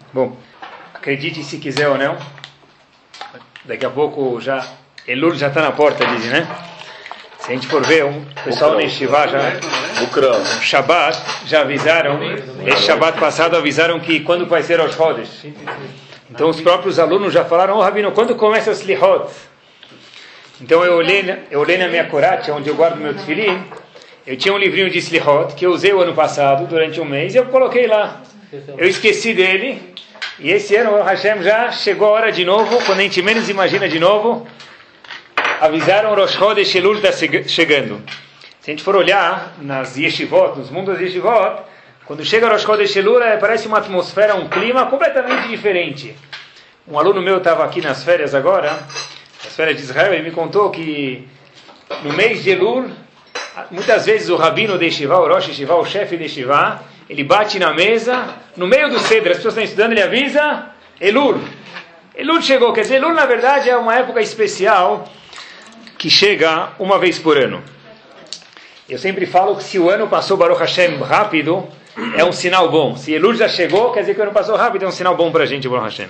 Bom, acredite se quiser ou não, daqui a pouco já, Elul já está na porta, dizem, né? Se a gente for ver, o pessoal no Yeshiva já, o Shabbat, já avisaram, esse Shabbat passado avisaram que quando vai ser Rosh Chodesh. Então os próprios alunos já falaram, Rabino, quando começa o Slihot? Então eu olhei na minha corate, onde eu guardo meu tefilim, eu tinha um livrinho de Slihot, que eu usei o ano passado, durante um mês, e eu coloquei lá. Eu esqueci dele, e esse ano o Hashem já chegou a hora de novo, quando a gente menos imagina de novo, avisaram Rosh Chodesh Elul está chegando. Se a gente for olhar nas yeshivot, nos mundos das yeshivot, quando chega Rosh Chodesh Elul, parece uma atmosfera, um clima completamente diferente. Um aluno meu estava aqui nas férias agora, nas férias de Israel, e me contou que no mês de Elul, muitas vezes o rabino de yeshiva, o Rosh Yeshiva, o chefe de yeshiva, ele bate na mesa, no meio do cedro, as pessoas estão estudando, ele avisa, Elul. Elul chegou, quer dizer, Elul na verdade é uma época especial que chega uma vez por ano. Eu sempre falo que se o ano passou Baruch Hashem rápido, é um sinal bom. Se Elul já chegou, quer dizer que o ano passou rápido, é um sinal bom para a gente, Baruch Hashem.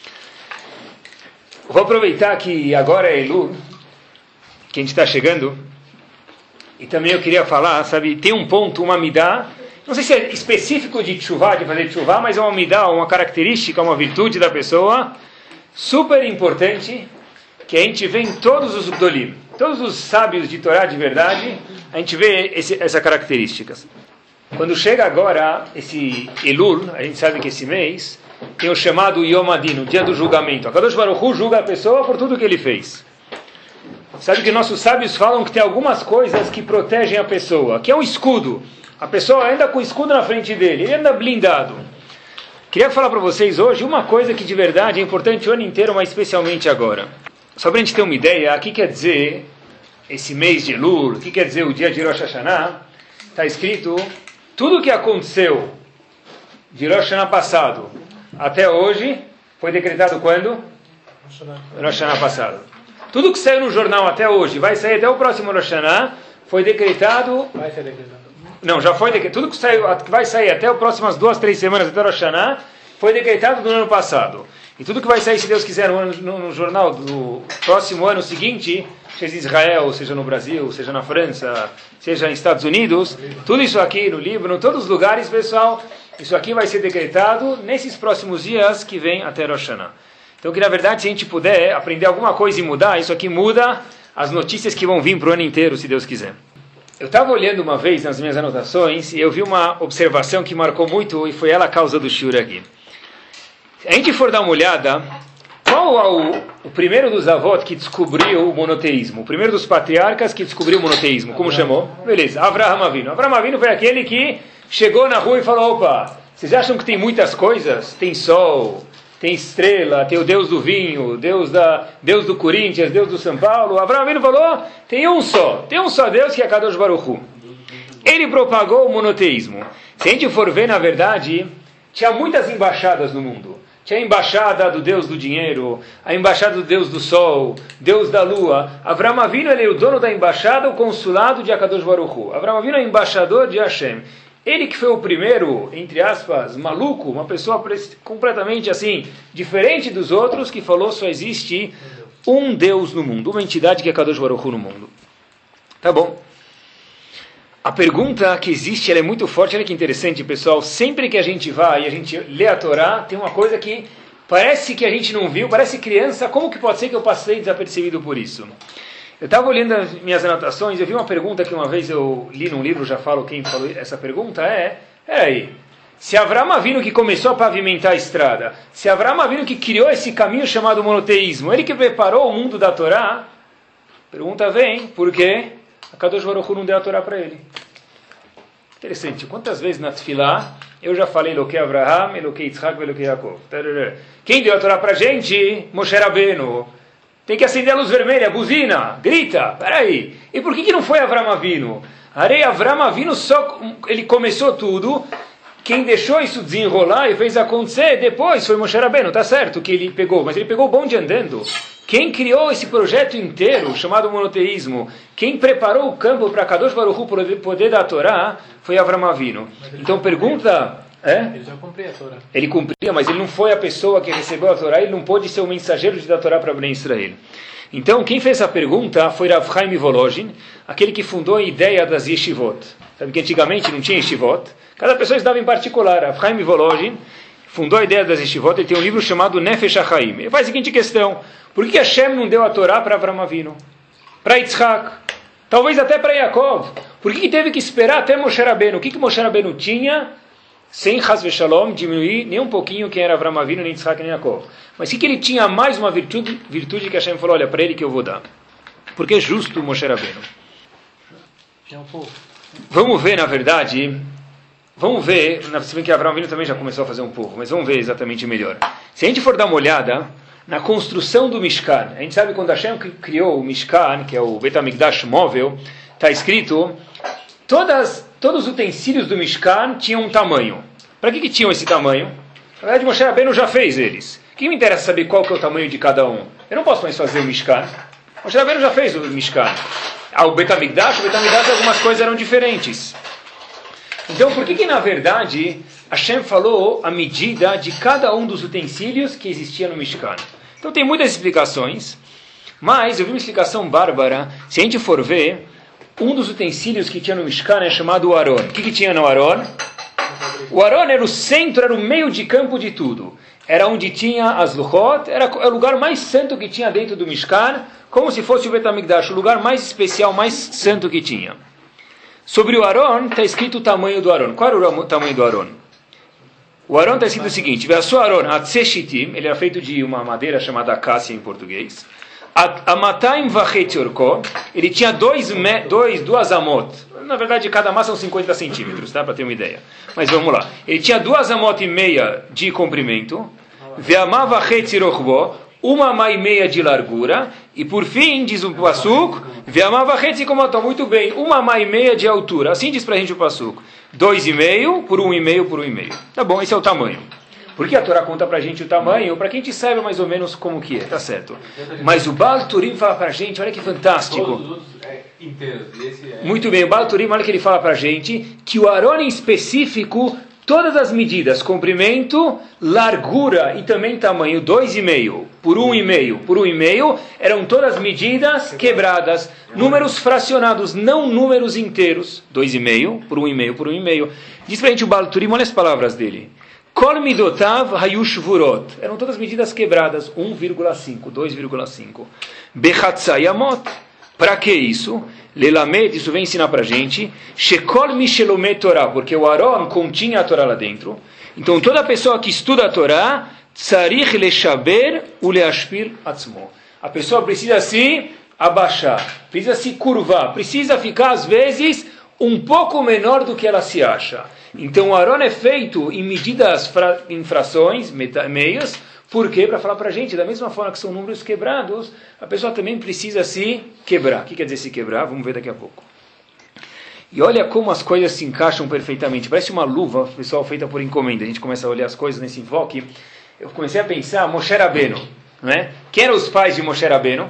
Vou aproveitar que agora é Elul, que a gente está chegando, e também eu queria falar, sabe, tem um ponto, uma midá, não sei se é específico de tshuva, de fazer tshuva, mas é uma midá, uma característica, uma virtude da pessoa, super importante, que a gente vê em todos os Gdolim, todos os sábios de Torá de verdade, a gente vê essa característica. Quando chega agora esse Elul, a gente sabe que esse mês tem o chamado Yom Adin, o dia do julgamento. A Kadosh Baruch Hu julga a pessoa por tudo que ele fez. Sabe que nossos sábios falam que tem algumas coisas que protegem a pessoa, que é um escudo. A pessoa anda com o escudo na frente dele, ele anda blindado. Queria falar para vocês hoje uma coisa que de verdade é importante o ano inteiro, mas especialmente agora. Só para a gente ter uma ideia, o que quer dizer esse mês de Elul, o que quer dizer o dia de Rosh Hashanah, está escrito, tudo o que aconteceu de Rosh Hashanah passado até hoje, foi decretado quando? Rosh Hashanah passado. Tudo que saiu no jornal até hoje, vai sair até o próximo Rosh Hashanah, foi decretado... Vai ser decretado. Não, já foi decretado. Tudo que vai sair até as próximas 2, 3 semanas até Rosh Hashanah, foi decretado no ano passado. E tudo que vai sair, se Deus quiser, no jornal do próximo ano seguinte, seja em Israel, seja no Brasil, seja na França, seja nos Estados Unidos, tudo isso aqui no Líbano, todos os lugares, pessoal, isso aqui vai ser decretado nesses próximos dias que vem até Rosh Hashanah. Então, que na verdade, se a gente puder aprender alguma coisa e mudar, isso aqui muda as notícias que vão vir para o ano inteiro, se Deus quiser. Eu estava olhando uma vez nas minhas anotações e eu vi uma observação que marcou muito e foi ela a causa do shiur aqui. Se a gente for dar uma olhada, qual é o primeiro dos avós que descobriu o monoteísmo? O primeiro dos patriarcas que descobriu o monoteísmo? Como chamou? Beleza, Avraham Avinu. Avraham Avinu foi aquele que chegou na rua e falou, opa, vocês acham que tem muitas coisas? Tem sol, tem estrela, tem o Deus do vinho, Deus do Corinthians, Deus do São Paulo. Avraham Avinu falou, tem um só Deus que é Kadosh Baruch Hu. Ele propagou o monoteísmo. Se a gente for ver, na verdade, tinha muitas embaixadas no mundo. Tinha a embaixada do Deus do dinheiro, a embaixada do Deus do sol, Deus da lua. Avraham Avinu, ele é o dono da embaixada, o consulado de Akadosh Baruch Hu. Avraham Avinu é o embaixador de Hashem. Ele que foi o primeiro, entre aspas, maluco, uma pessoa completamente assim, diferente dos outros, que falou só existe um Deus no mundo, uma entidade que é Akadosh Baruch Hu no mundo. Tá bom. A pergunta que existe, ela é muito forte, olha que interessante, pessoal. Sempre que a gente vai e a gente lê a Torá, tem uma coisa que parece que a gente não viu, parece criança, como que pode ser que eu passei desapercebido por isso? Eu estava olhando as minhas anotações, eu vi uma pergunta que uma vez eu li num livro, já falo quem falou essa pergunta, peraí, se Avraham Avinu que começou a pavimentar a estrada, se Avraham Avinu que criou esse caminho chamado monoteísmo, ele que preparou o mundo da Torá, pergunta vem, por quê? A Kadosh Baruch Hu não deu a Torá para ele. Interessante, quantas vezes na Tfilá eu já falei Eloquei Avraham, Eloquei Yitzhak, Eloquei Yaakov. Quem deu a Torá para a gente? Moshe Rabbeinu. Tem que acender a luz vermelha, buzina, grita, peraí. E por que não foi Avraham Avinu? Avraham Avinu ele começou tudo, quem deixou isso desenrolar e fez acontecer, depois foi Moshe Rabbeinu, tá certo que ele pegou, mas ele pegou o bonde andando. Quem criou esse projeto inteiro, chamado monoteísmo, quem preparou o campo para Kadosh Baruch Hu poder dar a Torá, foi Avraham Avinu. Então pergunta Ele já cumpria a Torá. Ele cumpria, mas ele não foi a pessoa que recebeu a Torá, ele não pôde ser o mensageiro de dar a Torá para Bnei Israel. Então, quem fez essa pergunta foi Rav Chaim Volozhin, aquele que fundou a ideia das yeshivot. Sabe que antigamente não tinha yeshivot? Cada pessoa estudava em particular. Rav Chaim Volozhin fundou a ideia das yeshivot, ele tem um livro chamado Nefesh HaChaim. Ele faz a seguinte questão: por que Hashem não deu a Torá para Avraham Avinu? Para Yitzhak? Talvez até para Yaakov? Por que teve que esperar até Moshe Rabbeinu? O que Moshe Rabbeinu tinha, sem Chas Veshalom, diminuir nem um pouquinho quem era Avraham Avinu, nem Yitzhak, nem Yaakov? Mas o que ele tinha mais uma virtude que Hashem falou, olha, para ele que eu vou dar. Porque é justo Moshe Rabbeinu. Vamos ver, na verdade, se bem que Avraham Avinu também já começou a fazer um povo, mas vamos ver exatamente melhor. Se a gente for dar uma olhada na construção do Mishkan, a gente sabe quando Hashem criou o Mishkan, que é o Bet HaMikdash móvel, está escrito, todos os utensílios do Mishkan tinham um tamanho. Para que tinham esse tamanho? Na verdade, Moshe Rabbeinu já fez eles. O que me interessa saber qual que é o tamanho de cada um? Eu não posso mais fazer o Mishkan. Moshe Rabbeinu já fez o Mishkan. O Bet HaMikdash, algumas coisas eram diferentes. Então, por que na verdade Hashem falou a medida de cada um dos utensílios que existia no Mishkan? Então tem muitas explicações, mas eu vi uma explicação bárbara. Se a gente for ver, um dos utensílios que tinha no Mishkan é chamado o Aron. O que tinha no Aron? O Aron era o centro, era o meio de campo de tudo. Era onde tinha as Luchot, era o lugar mais santo que tinha dentro do Mishkan, como se fosse o Bet HaMikdash, o lugar mais especial, mais santo que tinha. Sobre o Aron, está escrito o tamanho do Aron. Qual era o tamanho do Aron? O Aron está escrito o seguinte, Ve'asu Aron Atzeshitim, ele era feito de uma madeira chamada acácia em português. Amataim vachetzi orko, ele tinha duas amot. Na verdade, cada amá são 50 centímetros, tá? Para ter uma ideia. Mas vamos lá. Ele tinha 2 amot e meia de comprimento. Ve'amá vachetzi rochbo, 1 amá e meia de largura. E por fim, diz o Pasuk, Ve'amá vachetzi komato, muito bem, 1 amá e meia de altura. Assim diz pra gente o Pasuk. 2,5 por 1,5 por 1,5. Tá bom, esse é o tamanho. Por que a Torá conta pra gente o tamanho? Para que a gente saiba mais ou menos como que é, tá certo. Mas o Baal Turim fala pra gente, olha que fantástico. Todos os outros inteiros. Muito bem, o Baal Turim, olha que ele fala pra gente, que o Aron em específico, todas as medidas, comprimento, largura e também tamanho, 2,5 por 1,5 por 1,5, eram todas medidas quebradas, números fracionados, não números inteiros, 2,5 por 1,5 por 1,5. Diz pra gente o Baal Turim, olha as palavras dele. Kol midotav hayush vurot. Eram todas medidas quebradas. 1,5, 2,5. Bechatzayamot. Para que isso? Lelamed, isso vem ensinar para a gente. Shekol mishelomet Torah. Porque o Aron continha a Torá lá dentro. Então toda pessoa que estuda a Torá, tzarich leshaber uleashpir atzmo. A pessoa precisa se abaixar. Precisa se curvar. Precisa ficar, às vezes, um pouco menor do que ela se acha. Então o Aron é feito em medidas, em frações, meias. Por quê? Para falar para a gente, da mesma forma que são números quebrados, a pessoa também precisa se quebrar. O que quer dizer se quebrar? Vamos ver daqui a pouco. E olha como as coisas se encaixam perfeitamente. Parece uma luva, pessoal, feita por encomenda. A gente começa a olhar as coisas nesse enfoque. Eu comecei a pensar, Moshe Rabbeinu, não é? Quem eram os pais de Moshe Rabbeinu?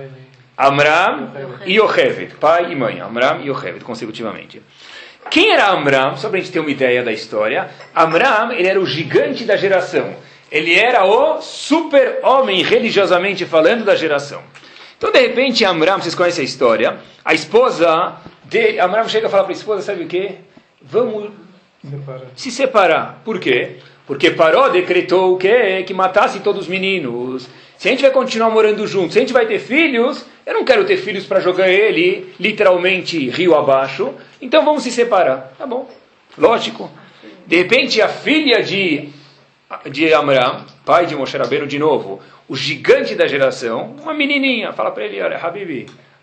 Amram e Yocheved, pai e mãe. Amram e Yocheved, consecutivamente. Quem era Amram? Só para a gente ter uma ideia da história. Amram, ele era o gigante da geração. Ele era o super-homem, religiosamente falando, da geração. Então, de repente, Amram, vocês conhecem a história, a esposa dele, Amram chega a falar para a esposa, sabe o quê? Vamos se separar. Por quê? Porque Paró decretou o quê? Que matasse todos os meninos. Se a gente vai continuar morando juntos, se a gente vai ter filhos, eu não quero ter filhos para jogar ele, literalmente, rio abaixo. Então vamos se separar. Tá bom, lógico. De repente, a filha de Amram, pai de Moshe Rabbeinu, de novo, o gigante da geração, uma menininha, fala para ele, olha, Habibi,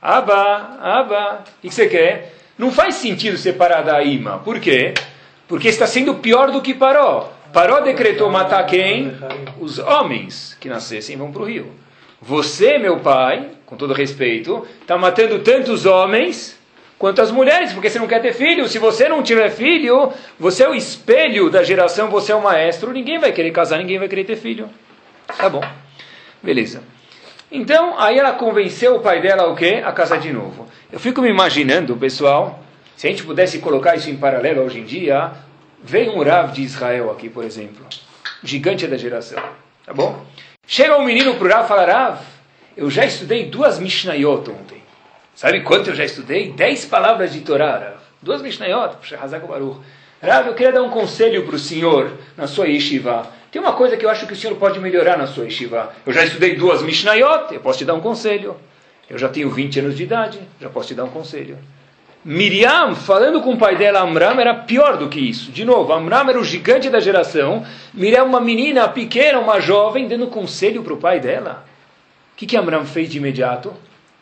Abba, o que você quer? Não faz sentido separar da Ima. Por quê? Porque está sendo pior do que Paró. Paró decretou matar quem? Os homens que nascessem vão para o rio. Você, meu pai, com todo respeito, está matando tantos homens quanto as mulheres, porque você não quer ter filho. Se você não tiver filho, você é o espelho da geração, você é o maestro, ninguém vai querer casar, ninguém vai querer ter filho. Tá bom, beleza. Então, aí ela convenceu o pai dela o quê? A casar de novo. Eu fico me imaginando, pessoal, se a gente pudesse colocar isso em paralelo hoje em dia, Vem um Rav de Israel aqui, por exemplo. Gigante da geração. Tá bom? Chega um menino pro Rav e fala, Rav, eu já estudei 2 Mishnayot ontem. Sabe quanto eu já estudei? 10 palavras de Torá, Rav. 2 Mishnayot. Puxa, Hazak Baruch. Rav, eu queria dar um conselho para o senhor na sua yeshiva. Tem uma coisa que eu acho que o senhor pode melhorar na sua yeshiva. Eu já estudei 2 Mishnayot, eu posso te dar um conselho. Eu já tenho 20 anos de idade, já posso te dar um conselho. Miriam, falando com o pai dela, Amram, era pior do que isso. De novo, Amram era o gigante da geração. Miriam, uma menina pequena, uma jovem, dando conselho para o pai dela. O que Amram fez de imediato?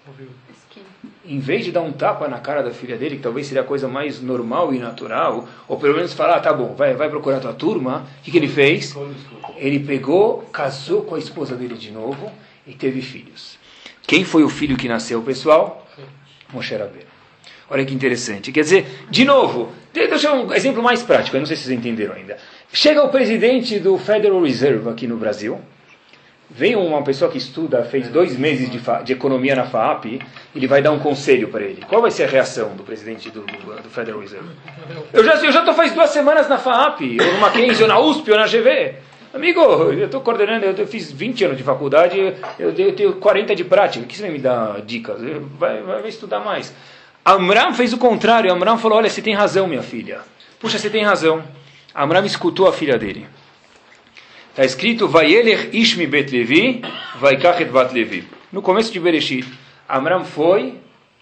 Em vez de dar um tapa na cara da filha dele, que talvez seria a coisa mais normal e natural, ou pelo menos falar, tá bom, vai procurar tua turma, o que ele fez? Ele pegou, casou com a esposa dele de novo e teve filhos. Quem foi o filho que nasceu, pessoal? Moshe Rabbeinu. Olha que interessante. Quer dizer, de novo, deixa eu dar um exemplo mais prático, eu não sei se vocês entenderam ainda. Chega o presidente do Federal Reserve aqui no Brasil, vem uma pessoa que estuda, fez 2 meses de economia na FAAP, ele vai dar um conselho para ele. Qual vai ser a reação do presidente do Federal Reserve? Eu já estou faz 2 semanas na FAAP, ou no Mackenzie, ou na USP, ou na GV. Amigo, eu estou coordenando, eu fiz 20 anos de faculdade, eu tenho 40 de prática, o que você vai me dar dicas? Vai estudar mais. Amram fez o contrário, Amram falou, olha, você tem razão, minha filha. Puxa, você tem razão. Amram escutou a filha dele. Está escrito, Vayeler Ishmi Bet Levi, Vaikach et Bat Levi. No começo de Bereshit, Amram foi,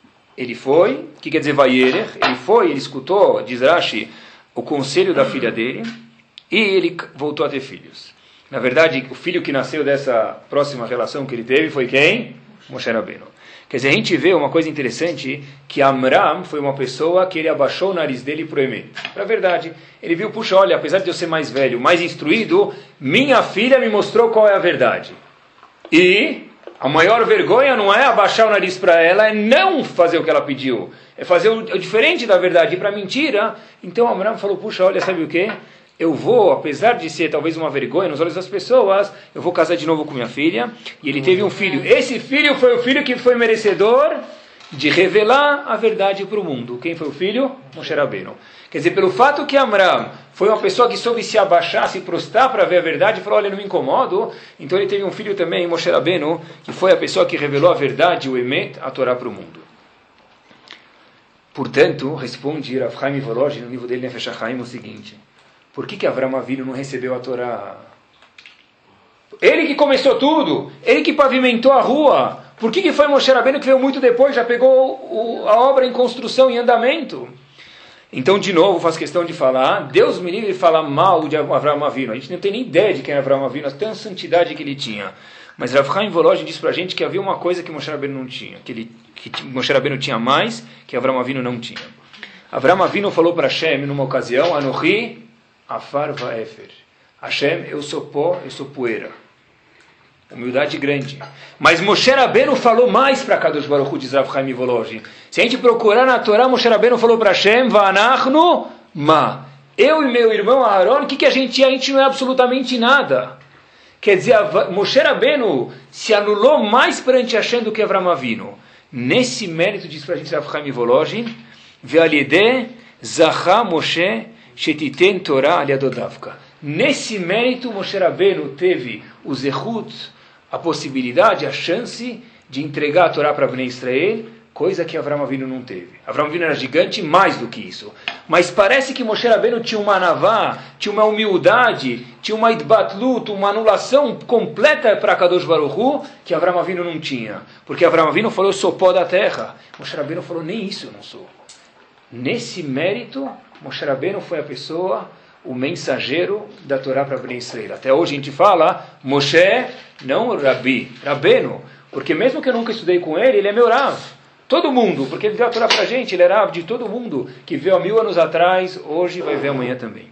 o que quer dizer Vayeler? Ele escutou, diz Rashi, o conselho da filha dele, e ele voltou a ter filhos. Na verdade, o filho que nasceu dessa próxima relação que ele teve foi quem? Moshe Rabbeinu. Quer dizer, a gente vê uma coisa interessante, que Amram foi uma pessoa que ele abaixou o nariz dele para o Emet. Para a verdade, ele viu, puxa, olha, apesar de eu ser mais velho, mais instruído, minha filha me mostrou qual é a verdade. E a maior vergonha não é abaixar o nariz para ela, é não fazer o que ela pediu. É fazer o diferente da verdade, ir para a mentira. Então Amram falou, puxa, olha, sabe o quê? Eu vou, apesar de ser talvez uma vergonha nos olhos das pessoas, eu vou casar de novo com minha filha. E ele teve um filho. Esse filho foi o filho que foi merecedor de revelar a verdade para o mundo. Quem foi o filho? Moshe Rabbeinu. Quer dizer, pelo fato que Amram foi uma pessoa que soube se abaixar, se prostrar para ver a verdade, e falou, olha, eu não me incomodo. Então ele teve um filho também, Moshe Rabbeinu, que foi a pessoa que revelou a verdade, o Emet, a Torá para o mundo. Portanto, responde Rav Chaim Volozhin, no livro dele, Nefesh HaChaim, o seguinte... Por que Avram Avinu não recebeu a Torá? Ele que começou tudo, ele que pavimentou a rua. Por que foi Moshe Rabbeinu que veio muito depois, já pegou a obra em construção, em andamento? Então, de novo, faço questão de falar, Deus me livre de falar mal de Avram Avinu. A gente não tem nem ideia de quem era Avram Avinu, até a santidade que ele tinha. Mas Rav Chaim Volozhin diz pra gente que havia uma coisa que Moshe Rabbeinu não tinha, que Moshe Rabbeinu tinha mais, que Avram Avinu não tinha. Avram Avinu falou para Hashem, numa ocasião, Anochi Afar Vaefer. Hashem, eu sou pó, eu sou poeira. Humildade grande. Mas Moshe Rabbeinu falou mais para Kadosh Baruch Hu, diz Rav Chaim Volozhin. Se a gente procurar na Torá, Moshe Rabbeinu falou para Hashem, Vanachnu ma. Eu e meu irmão Aaron, o que a gente é? A gente não é absolutamente nada. Quer dizer, Moshe Rabbeinu se anulou mais perante Hashem do que Avram Avinu. Nesse mérito, diz para a gente Rav Chaim Volozhin, Ve'alideh Zachá Moshe Shetiten Torah aliadodavka. Nesse mérito, Moshe Rabbeinu teve o zechut, a possibilidade, a chance de entregar a Torá para Bnei Israel, coisa que Avram Avinu não teve. Avram Avinu era gigante mais do que isso. Mas parece que Moshe Rabbeinu tinha uma anavá, tinha uma humildade, tinha uma idbatlut, uma anulação completa para Kadosh Baruch Hu, que Avram Avinu não tinha. Porque Avram Avinu falou, eu sou pó da terra. Moshe Rabbeinu falou, nem isso eu não sou. Nesse mérito, Moshe Rabbeinu foi a pessoa, o mensageiro da Torá para Bnei Israel. Até hoje a gente fala, Moshe, não Rabi, Rabbeinu, porque mesmo que eu nunca estudei com ele, ele é meu Rav. Todo mundo, porque ele deu a Torá para a gente, ele é Rav de todo mundo, que veio há 1000 anos atrás, hoje vai ver amanhã também.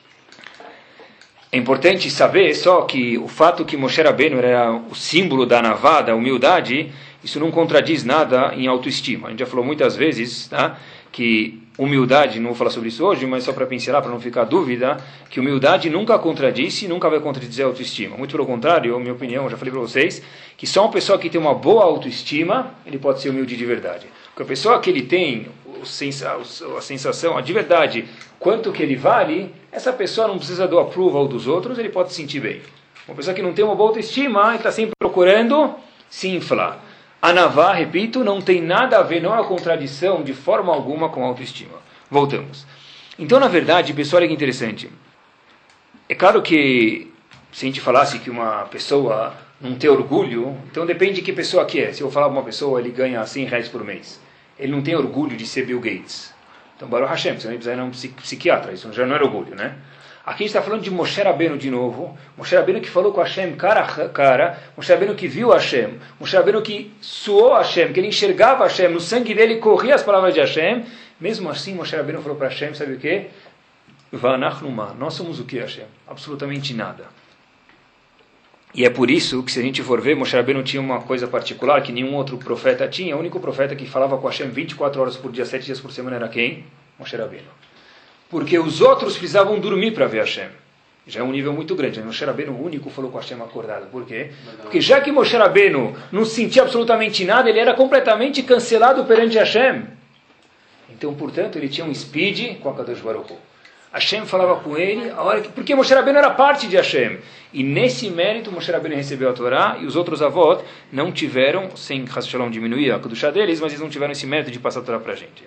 É importante saber só que o fato que Moshe Rabbeinu era o símbolo da anavá, da humildade, isso não contradiz nada em autoestima. A gente já falou muitas vezes, tá? Que humildade, não vou falar sobre isso hoje, mas só para pincelar, para não ficar dúvida, que humildade nunca contradiz e nunca vai contradizer a autoestima. Muito pelo contrário, minha opinião, eu já falei para vocês, que só uma pessoa que tem uma boa autoestima, ele pode ser humilde de verdade. Porque a pessoa que ele tem a sensação, de verdade, quanto que ele vale, essa pessoa não precisa do approval dos outros, ele pode se sentir bem. Uma pessoa que não tem uma boa autoestima, está sempre procurando se inflar. A Navá, repito, não tem nada a ver, não é uma contradição de forma alguma com a autoestima. Voltamos. Então, na verdade, pessoal, olha que interessante. É claro que, se a gente falasse que uma pessoa não tem orgulho, então depende de que pessoa que é. Se eu falar para uma pessoa, ele ganha 100 reais por mês. Ele não tem orgulho de ser Bill Gates. Então, Baruch Hashem, você não precisa ir a um psiquiatra, isso já não é orgulho, né? Aqui a gente está falando de Moshe Rabbeinu de novo. Moshe Rabbeinu que falou com Hashem cara a cara. Moshe Rabbeinu que viu Hashem. Moshe Rabbeinu que suou Hashem, que ele enxergava Hashem. No sangue dele corria as palavras de Hashem. Mesmo assim, Moshe Rabbeinu falou para Hashem, sabe o quê? Nós somos o que, Hashem? Absolutamente nada. E é por isso que, se a gente for ver, Moshe Rabbeinu tinha uma coisa particular que nenhum outro profeta tinha. O único profeta que falava com Hashem 24 horas por dia, 7 dias por semana era quem? Moshe Rabbeinu. Porque os outros precisavam dormir para ver Hashem. Já é um nível muito grande. Moshe Rabbeinu, o único, falou com Hashem acordado. Por quê? Porque já que Moshe Rabbeinu não sentia absolutamente nada, ele era completamente cancelado perante Hashem. Então, portanto, ele tinha um speed com a Kadosh Baruch Hu. Hashem falava com ele, porque Moshe Rabbeinu era parte de Hashem. E nesse mérito, Moshe Rabbeinu recebeu a Torá, e os outros avós não tiveram, sem Chas Shalom diminuir a Kedushá deles, mas eles não tiveram esse mérito de passar a Torá para a gente.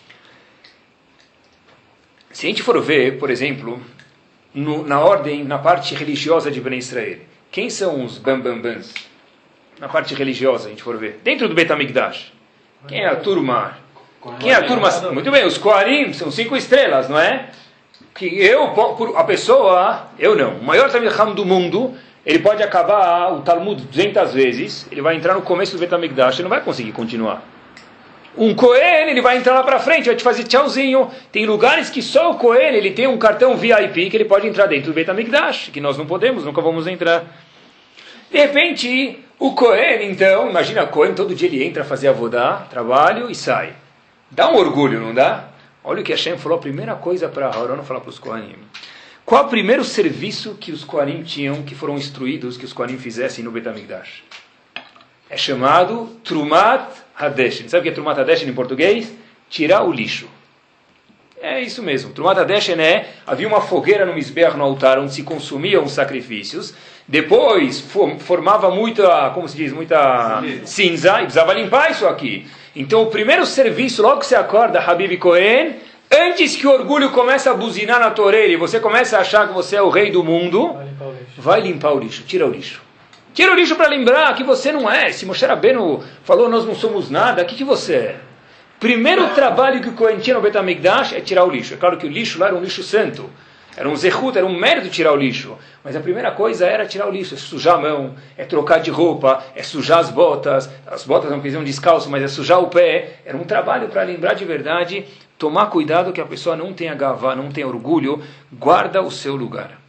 Se a gente for ver, por exemplo, na ordem, na parte religiosa de Bnei Israel, quem são os bambambans? Na parte religiosa, a gente for ver. Dentro do Bet HaMikdash, quem é a turma? Quem é a turma? Muito bem, os Kohanim são 5 estrelas, não é? Que a pessoa, eu não, o maior Talmid Chacham do mundo, ele pode acabar o Talmud 200 vezes, ele vai entrar no começo do Bet HaMikdash, ele não vai conseguir continuar. Um Kohen, ele vai entrar lá para frente, vai te fazer tchauzinho. Tem lugares que só o Kohen, ele tem um cartão VIP que ele pode entrar dentro do Bet HaMikdash, que nós não podemos, nunca vamos entrar. De repente, o Kohen, então, imagina o Kohen, todo dia ele entra a fazer avodá, trabalho e sai. Dá um orgulho, não dá? Olha o que Hashem falou, a primeira coisa para Aaron falar para os Kohanim. Qual o primeiro serviço que os Kohanim tinham, que foram instruídos, que os Kohanim fizessem no Bet HaMikdash? É chamado Trumat Hadeshen. Sabe o que é Trumat Hadeshen em português? Tirar o lixo. É isso mesmo. Trumat Hadeshen havia uma fogueira no Mizbeach, no altar, onde se consumiam os sacrifícios. Depois formava muita, como se diz, muita cinza, e precisava limpar isso aqui. Então o primeiro serviço, logo que você acorda, Habib Kohen, antes que o orgulho comece a buzinar na tua orelha e você comece a achar que você é o rei do mundo, vai limpar o lixo, tira o lixo. Tira o lixo para lembrar que você não é. Se Moshe Rabbeinu falou, nós não somos nada, o que você é? Primeiro trabalho que o Kohen tinha no Bet HaMikdash é tirar o lixo. É claro que o lixo lá era um lixo santo. Era um zehut, era um mérito tirar o lixo. Mas a primeira coisa era tirar o lixo. É sujar a mão, é trocar de roupa, é sujar as botas. As botas não precisam descalço, mas é sujar o pé. Era um trabalho para lembrar de verdade, tomar cuidado que a pessoa não tenha gavá, não tenha orgulho, guarda o seu lugar.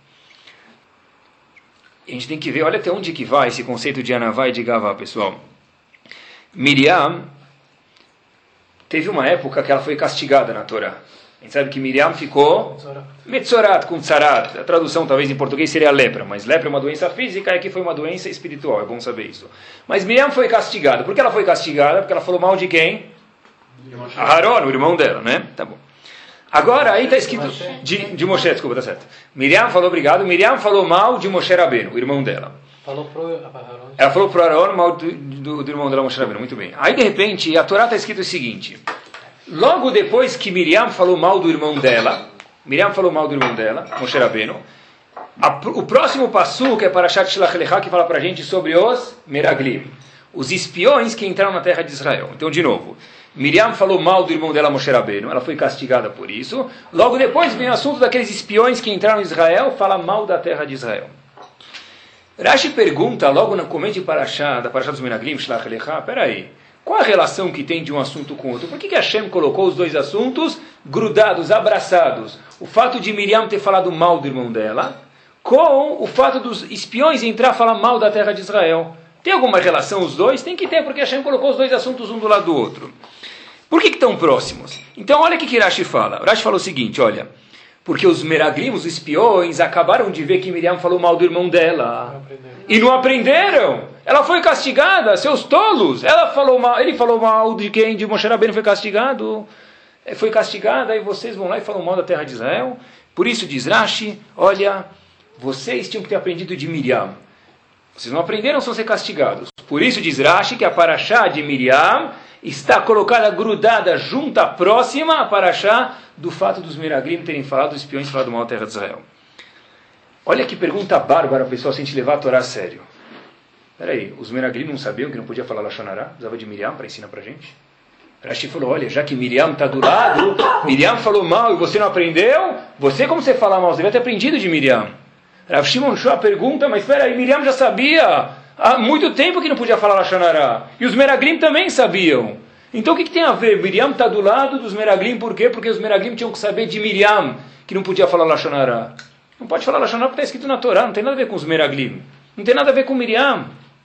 A gente tem que ver, olha até onde que vai esse conceito de Anavá e de Gavá, pessoal. Miriam teve uma época que ela foi castigada na Torá. A gente sabe que Miriam ficou Metzorat com Tzarat. A tradução talvez em português seria lepra, mas lepra é uma doença física e aqui foi uma doença espiritual, é bom saber isso. Mas Miriam foi castigada. Por que ela foi castigada? Porque ela falou mal de quem? Aharon, o irmão dela, né? Tá bom. Agora, aí está escrito... De Moshe, desculpa, tá certo. Miriam falou, obrigado. Miriam falou mal de Moshe Rabbeinu, o irmão dela. Ela falou para o Aharon mal do irmão dela, Moshe Rabbeinu. Muito bem. Aí, de repente, a Torá está escrito o seguinte. Logo depois que Miriam falou mal do irmão dela, Moshe Rabbeinu, o próximo passo, que é Parashat Shlach Lecha, que fala para a gente sobre os Meraglim, os espiões que entraram na terra de Israel. Então, de novo... Miriam falou mal do irmão dela, Moshe Rabbeinu, ela foi castigada por isso. Logo depois vem o assunto daqueles espiões que entraram em Israel, fala mal da terra de Israel. Rashi pergunta, logo no começo de Parashá, da Parashá dos Menaglim, Shlach Lecha, peraí, qual a relação que tem de um assunto com o outro? Por que Hashem colocou os dois assuntos grudados, abraçados? O fato de Miriam ter falado mal do irmão dela, com o fato dos espiões entrar e falar mal da terra de Israel. Tem alguma relação os dois? Tem que ter, porque Hashem colocou os dois assuntos um do lado do outro. Por que estão próximos? Então, olha o que Rashi fala. Rashi fala o seguinte, olha, porque os meraglim, os espiões, acabaram de ver que Miriam falou mal do irmão dela. E não aprenderam. Ela foi castigada, seus tolos. Ele falou mal de quem? De Moshe Rabbeinu foi castigado. Foi castigada, e vocês vão lá e falam mal da terra de Israel. Por isso, diz Rashi, olha, vocês tinham que ter aprendido de Miriam. Vocês não aprenderam, vão ser castigados. Por isso, diz Rashi, que a Parashá de Miriam está colocada, grudada, junta, próxima à Parashá do fato dos Meraglim terem falado, dos espiões falado mal da terra de Israel. Olha que pergunta bárbara, pessoal, se a gente levar a Torá a sério. Peraí, os Meraglim não sabiam que não podia falar Lashon Hará? Precisava de Miriam para ensinar para a gente? Rashi falou, olha, já que Miriam está do lado, Miriam falou mal e você não aprendeu, você como você fala mal? Você deve ter aprendido de Miriam. Rav Shimon Shua pergunta, mas espera aí, Miriam já sabia há muito tempo que não podia falar Lashon Hará. E os Meraglim também sabiam. Então o que tem a ver? Miriam está do lado dos Meraglim, por quê? Porque os Meraglim tinham que saber de Miriam, que não podia falar Lashon Hará. Não pode falar Lashon Hará porque está escrito na Torá, não tem nada a ver com os Meraglim. Não tem nada a ver com Miriam.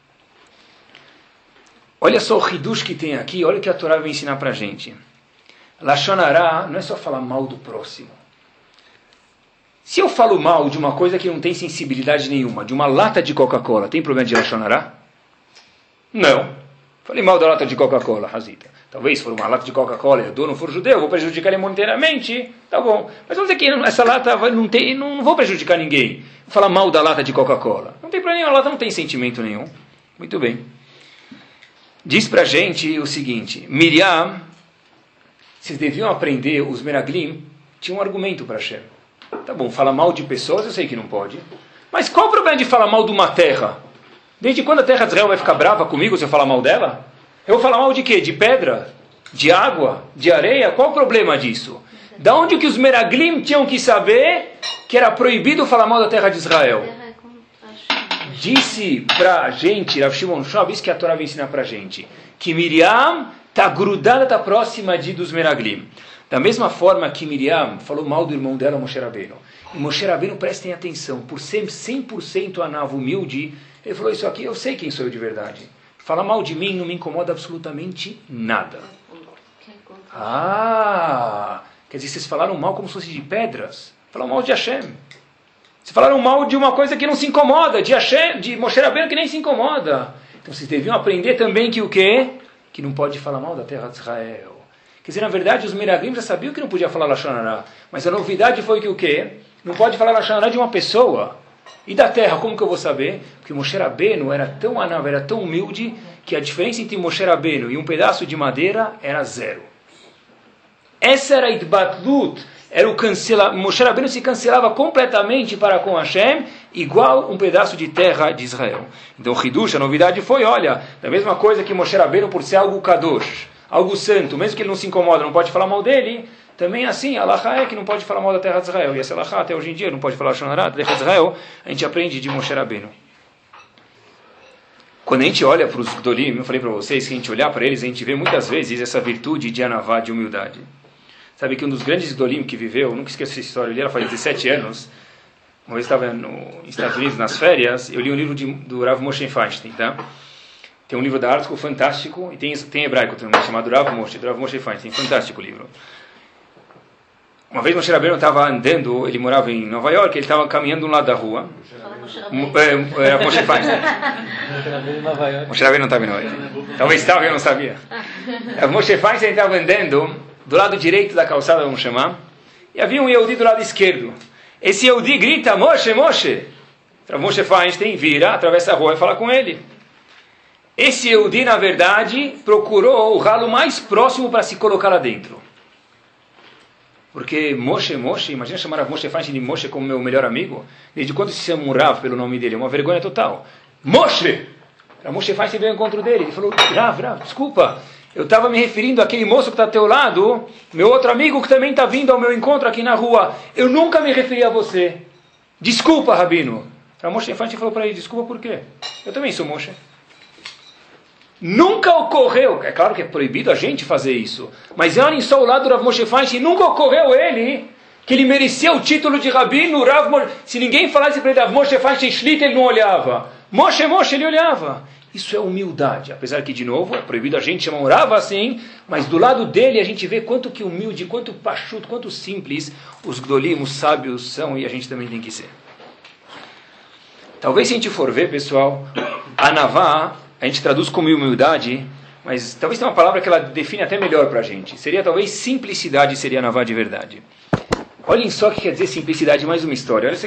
Olha só o hidush que tem aqui, olha o que a Torá vai ensinar para a gente. Lashon Hará não é só falar mal do próximo. Se eu falo mal de uma coisa que não tem sensibilidade nenhuma, de uma lata de Coca-Cola, tem problema de Lashon Hará? Não. Falei mal da lata de Coca-Cola, Hazita. Talvez se for uma lata de Coca-Cola e o dono for judeu, vou prejudicar ele monetariamente, tá bom. Mas vamos dizer que essa lata não vou prejudicar ninguém. Vou falar mal da lata de Coca-Cola. Não tem problema, a lata não tem sentimento nenhum. Muito bem. Diz pra gente o seguinte, Miriam, vocês deviam aprender, os Meraglim tinham um argumento para Hashem. Tá bom, falar mal de pessoas eu sei que não pode. Mas qual o problema de falar mal de uma terra? Desde quando a terra de Israel vai ficar brava comigo se eu falar mal dela? Eu vou falar mal de quê? De pedra? De água? De areia? Qual o problema disso? Da onde que os Meraglim tinham que saber que era proibido falar mal da terra de Israel? Disse pra gente, Rav Shimon Shua, isso que a Torá vai ensinar pra gente, que Miriam está grudada, está próxima dos Meraglim. Da mesma forma que Miriam falou mal do irmão dela, Moshe Rabbeinu. E Moshe Rabbeinu, prestem atenção, por ser 100% anavo humilde, ele falou isso aqui, eu sei quem sou eu de verdade. Falar mal de mim não me incomoda absolutamente nada. Quer dizer, vocês falaram mal como se fosse de pedras. Falaram mal de Hashem. Vocês falaram mal de uma coisa que não se incomoda, de Hashem, de Moshe Rabbeinu que nem se incomoda. Então vocês deviam aprender também que o quê? Que não pode falar mal da terra de Israel. Quer dizer, na verdade, os Meraglim já sabiam que não podia falar Lashon Hará. Mas a novidade foi que o quê? Não pode falar Lashon Hará de uma pessoa. E da terra, como que eu vou saber? Porque Moshe Rabbeinu era tão anav, era tão humilde, que a diferença entre Moshe Rabbeinu e um pedaço de madeira era zero. Essa era a Itbatlut, era o Moshe Rabbeinu se cancelava completamente para com Hashem, igual um pedaço de terra de Israel. Então o Hidush, a novidade foi, olha, da mesma coisa que Moshe Rabbeinu, por ser algo kadosh, algo santo, mesmo que ele não se incomoda, não pode falar mal dele, também assim, Allah é que não pode falar mal da terra de Israel. E essa Allah até hoje em dia não pode falar Lashon Hará da terra de Israel, a gente aprende de Moshe Rabbeinu. Quando a gente olha para os Gdolim, eu falei para vocês que a gente olhar para eles, a gente vê muitas vezes essa virtude de anavá, de humildade. Sabe que um dos grandes Gdolim que viveu, nunca esqueço essa história, ele era faz 17 anos, uma vez estava nos Estados Unidos nas férias, eu li um livro do Rav Moshe Feinstein, tá? Tem um livro da Artsco fantástico, e tem hebraico também, chamado Rav Moshe Feinstein, fantástico livro. Uma vez Moshe Rabbeinu estava andando, ele morava em Nova York, ele estava caminhando de um lado da rua. Era Moshe Feinstein. Moshe Rabbeinu não estava em Nova York. Talvez estava, eu não sabia. Moshe Feinstein estava andando do lado direito da calçada, vamos chamar, e havia um Yehudi do lado esquerdo. Esse Yehudi grita, Moshe, Moshe. Moshe Feinstein vira, atravessa a rua e fala com ele. Esse Yehudi, na verdade, procurou o ralo mais próximo para se colocar lá dentro. Porque Moshe, imagina chamar a Moshe Feinstein de Moshe como meu melhor amigo. Desde quando se chama um Rav pelo nome dele? É uma vergonha total. Moshe! A Moshe Feinstein veio ao encontro dele. Ele falou, Rav, desculpa. Eu estava me referindo àquele moço que está ao teu lado, meu outro amigo que também está vindo ao meu encontro aqui na rua. Eu nunca me referi a você. Desculpa, Rabino. A Moshe Feinstein falou para ele, desculpa por quê? Eu também sou Moshe. Nunca ocorreu, é claro que é proibido a gente fazer isso, mas olhem só o lado do Rav Moshe Feinstein, nunca ocorreu que ele merecia o título de Rabino, se ninguém falasse para ele Rav Moshe Feinstein Shlit, ele não olhava. Moshe, ele olhava. Isso é humildade, apesar que, de novo, é proibido a gente chamar um Rav assim, mas do lado dele a gente vê quanto que humilde, quanto pachuto, quanto simples os Gdolim, os sábios são, e a gente também tem que ser. Talvez se a gente for ver, pessoal, Anavá, a gente traduz como humildade, mas talvez tenha uma palavra que ela define até melhor para a gente. Seria talvez simplicidade, seria Anavá de verdade. Olhem só o que quer dizer simplicidade, mais uma história. Olha,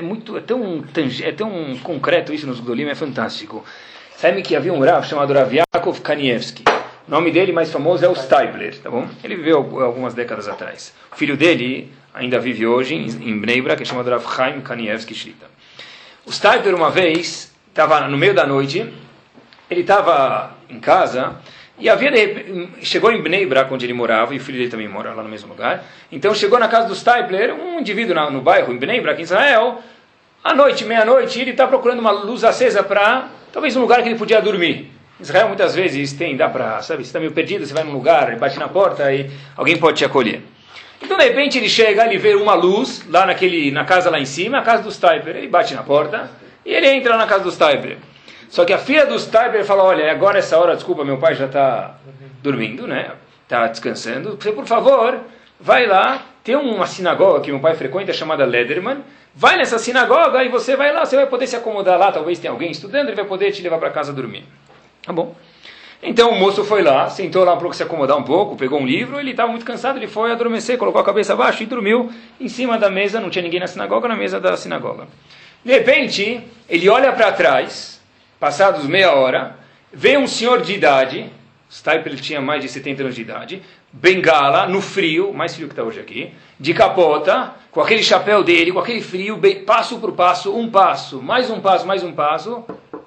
é tão concreto isso nos Gdolim, é fantástico. Sabe que havia um Rav chamado Rav Yaakov Kanievsky. O nome dele mais famoso é o Steipler, tá bom? Ele viveu algumas décadas atrás. O filho dele ainda vive hoje em Bnei Brak, que é chamado Rav Chaim Kanievsky Shlita. O Steipler, uma vez, estava no meio da noite, ele estava em casa, e chegou em Bnei Brak, onde ele morava, e o filho dele também mora lá no mesmo lugar. Então chegou na casa do Steipler, um indivíduo no bairro, em Bnei Brak, em Israel, à noite, meia-noite, ele está procurando uma luz acesa para, talvez, um lugar que ele podia dormir. Em Israel, muitas vezes, você está meio perdido, você vai num lugar, bate na porta e alguém pode te acolher. Então, de repente, ele chega, ele vê uma luz lá na casa lá em cima, a casa do Steipler. Ele bate na porta e ele entra na casa do Steipler. Só que a filha do Steipler fala, olha, agora essa hora, desculpa, meu pai já está dormindo, né? Está descansando. Você, por favor, vai lá, tem uma sinagoga que meu pai frequenta, chamada Lederman. Vai nessa sinagoga e você vai lá, você vai poder se acomodar lá, talvez tenha alguém estudando, ele vai poder te levar para casa dormir. Tá bom. Então o moço foi lá, sentou lá para se acomodar um pouco, pegou um livro, ele estava muito cansado, ele foi adormecer, colocou a cabeça abaixo e dormiu em cima da mesa, não tinha ninguém na sinagoga, na mesa da sinagoga. De repente, ele olha para trás, passados meia hora, vê um senhor de idade, Steipler tinha mais de 70 anos de idade, bengala, no frio, mais frio que está hoje aqui, de capota, com aquele chapéu dele, com aquele frio, passo por passo, um passo, mais um passo,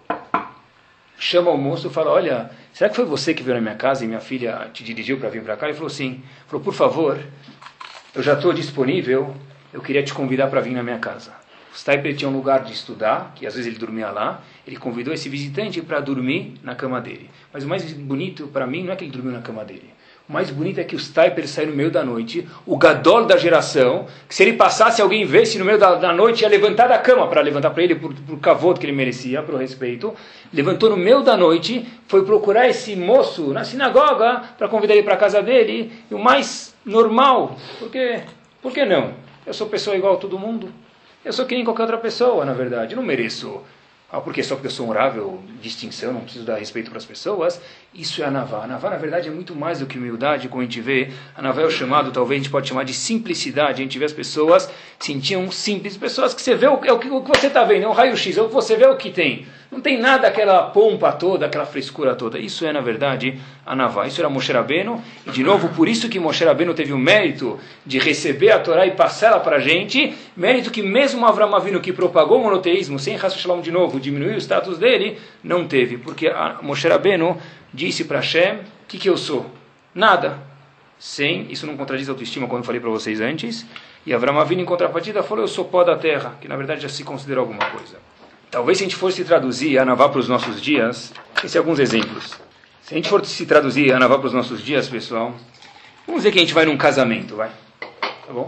chama o moço e fala, olha, será que foi você que veio na minha casa e minha filha te dirigiu para vir para cá? Ele falou, sim. Ele falou, por favor, eu já estou disponível, eu queria te convidar para vir na minha casa. O Steipler tinha um lugar de estudar, que às vezes ele dormia lá, ele convidou esse visitante para dormir na cama dele. Mas o mais bonito para mim não é que ele dormiu na cama dele. O mais bonito é que o Steipler saiu no meio da noite, o gadol da geração, que se ele passasse, alguém vesse no meio da noite, ia levantar da cama para levantar para ele, por cavoto que ele merecia, por respeito. Levantou no meio da noite, foi procurar esse moço na sinagoga para convidar ele para a casa dele, e o mais normal, por que não? Eu sou pessoa igual a todo mundo. Eu sou que nem qualquer outra pessoa, na verdade. Eu não mereço... só porque eu sou honorável, distinção, não preciso dar respeito para as pessoas. Isso é Anavá. Anavá, na verdade, é muito mais do que humildade, como a gente vê. Anavá é o chamado, talvez a gente pode chamar de simplicidade. A gente vê as pessoas que sentiam simples, pessoas que você vê o que você está vendo, é um raio-x, é o que você vê o que tem. Não tem nada aquela pompa toda, aquela frescura toda. Isso é, na verdade, Anavá. Isso era Moshe Rabbeinu. E, de novo, por isso que Moshe Rabbeinu teve o mérito de receber a Torá e passá-la para a gente. Mérito que mesmo Avram Avinu, que propagou o monoteísmo, sem Chas Shalom de novo, diminuiu o status dele, não teve. Porque Moshe Rabbeinu disse para Hashem, o que eu sou? Nada. Isso não contradiz a autoestima, como eu falei para vocês antes. E Avram Avinu, em contrapartida, falou, eu sou pó da terra, que na verdade já se considerou alguma coisa. Talvez se a gente fosse traduzir Anavá para os nossos dias, esses alguns exemplos. Se a gente fosse traduzir Anavá para os nossos dias, pessoal, vamos dizer que a gente vai num casamento, vai? Tá bom?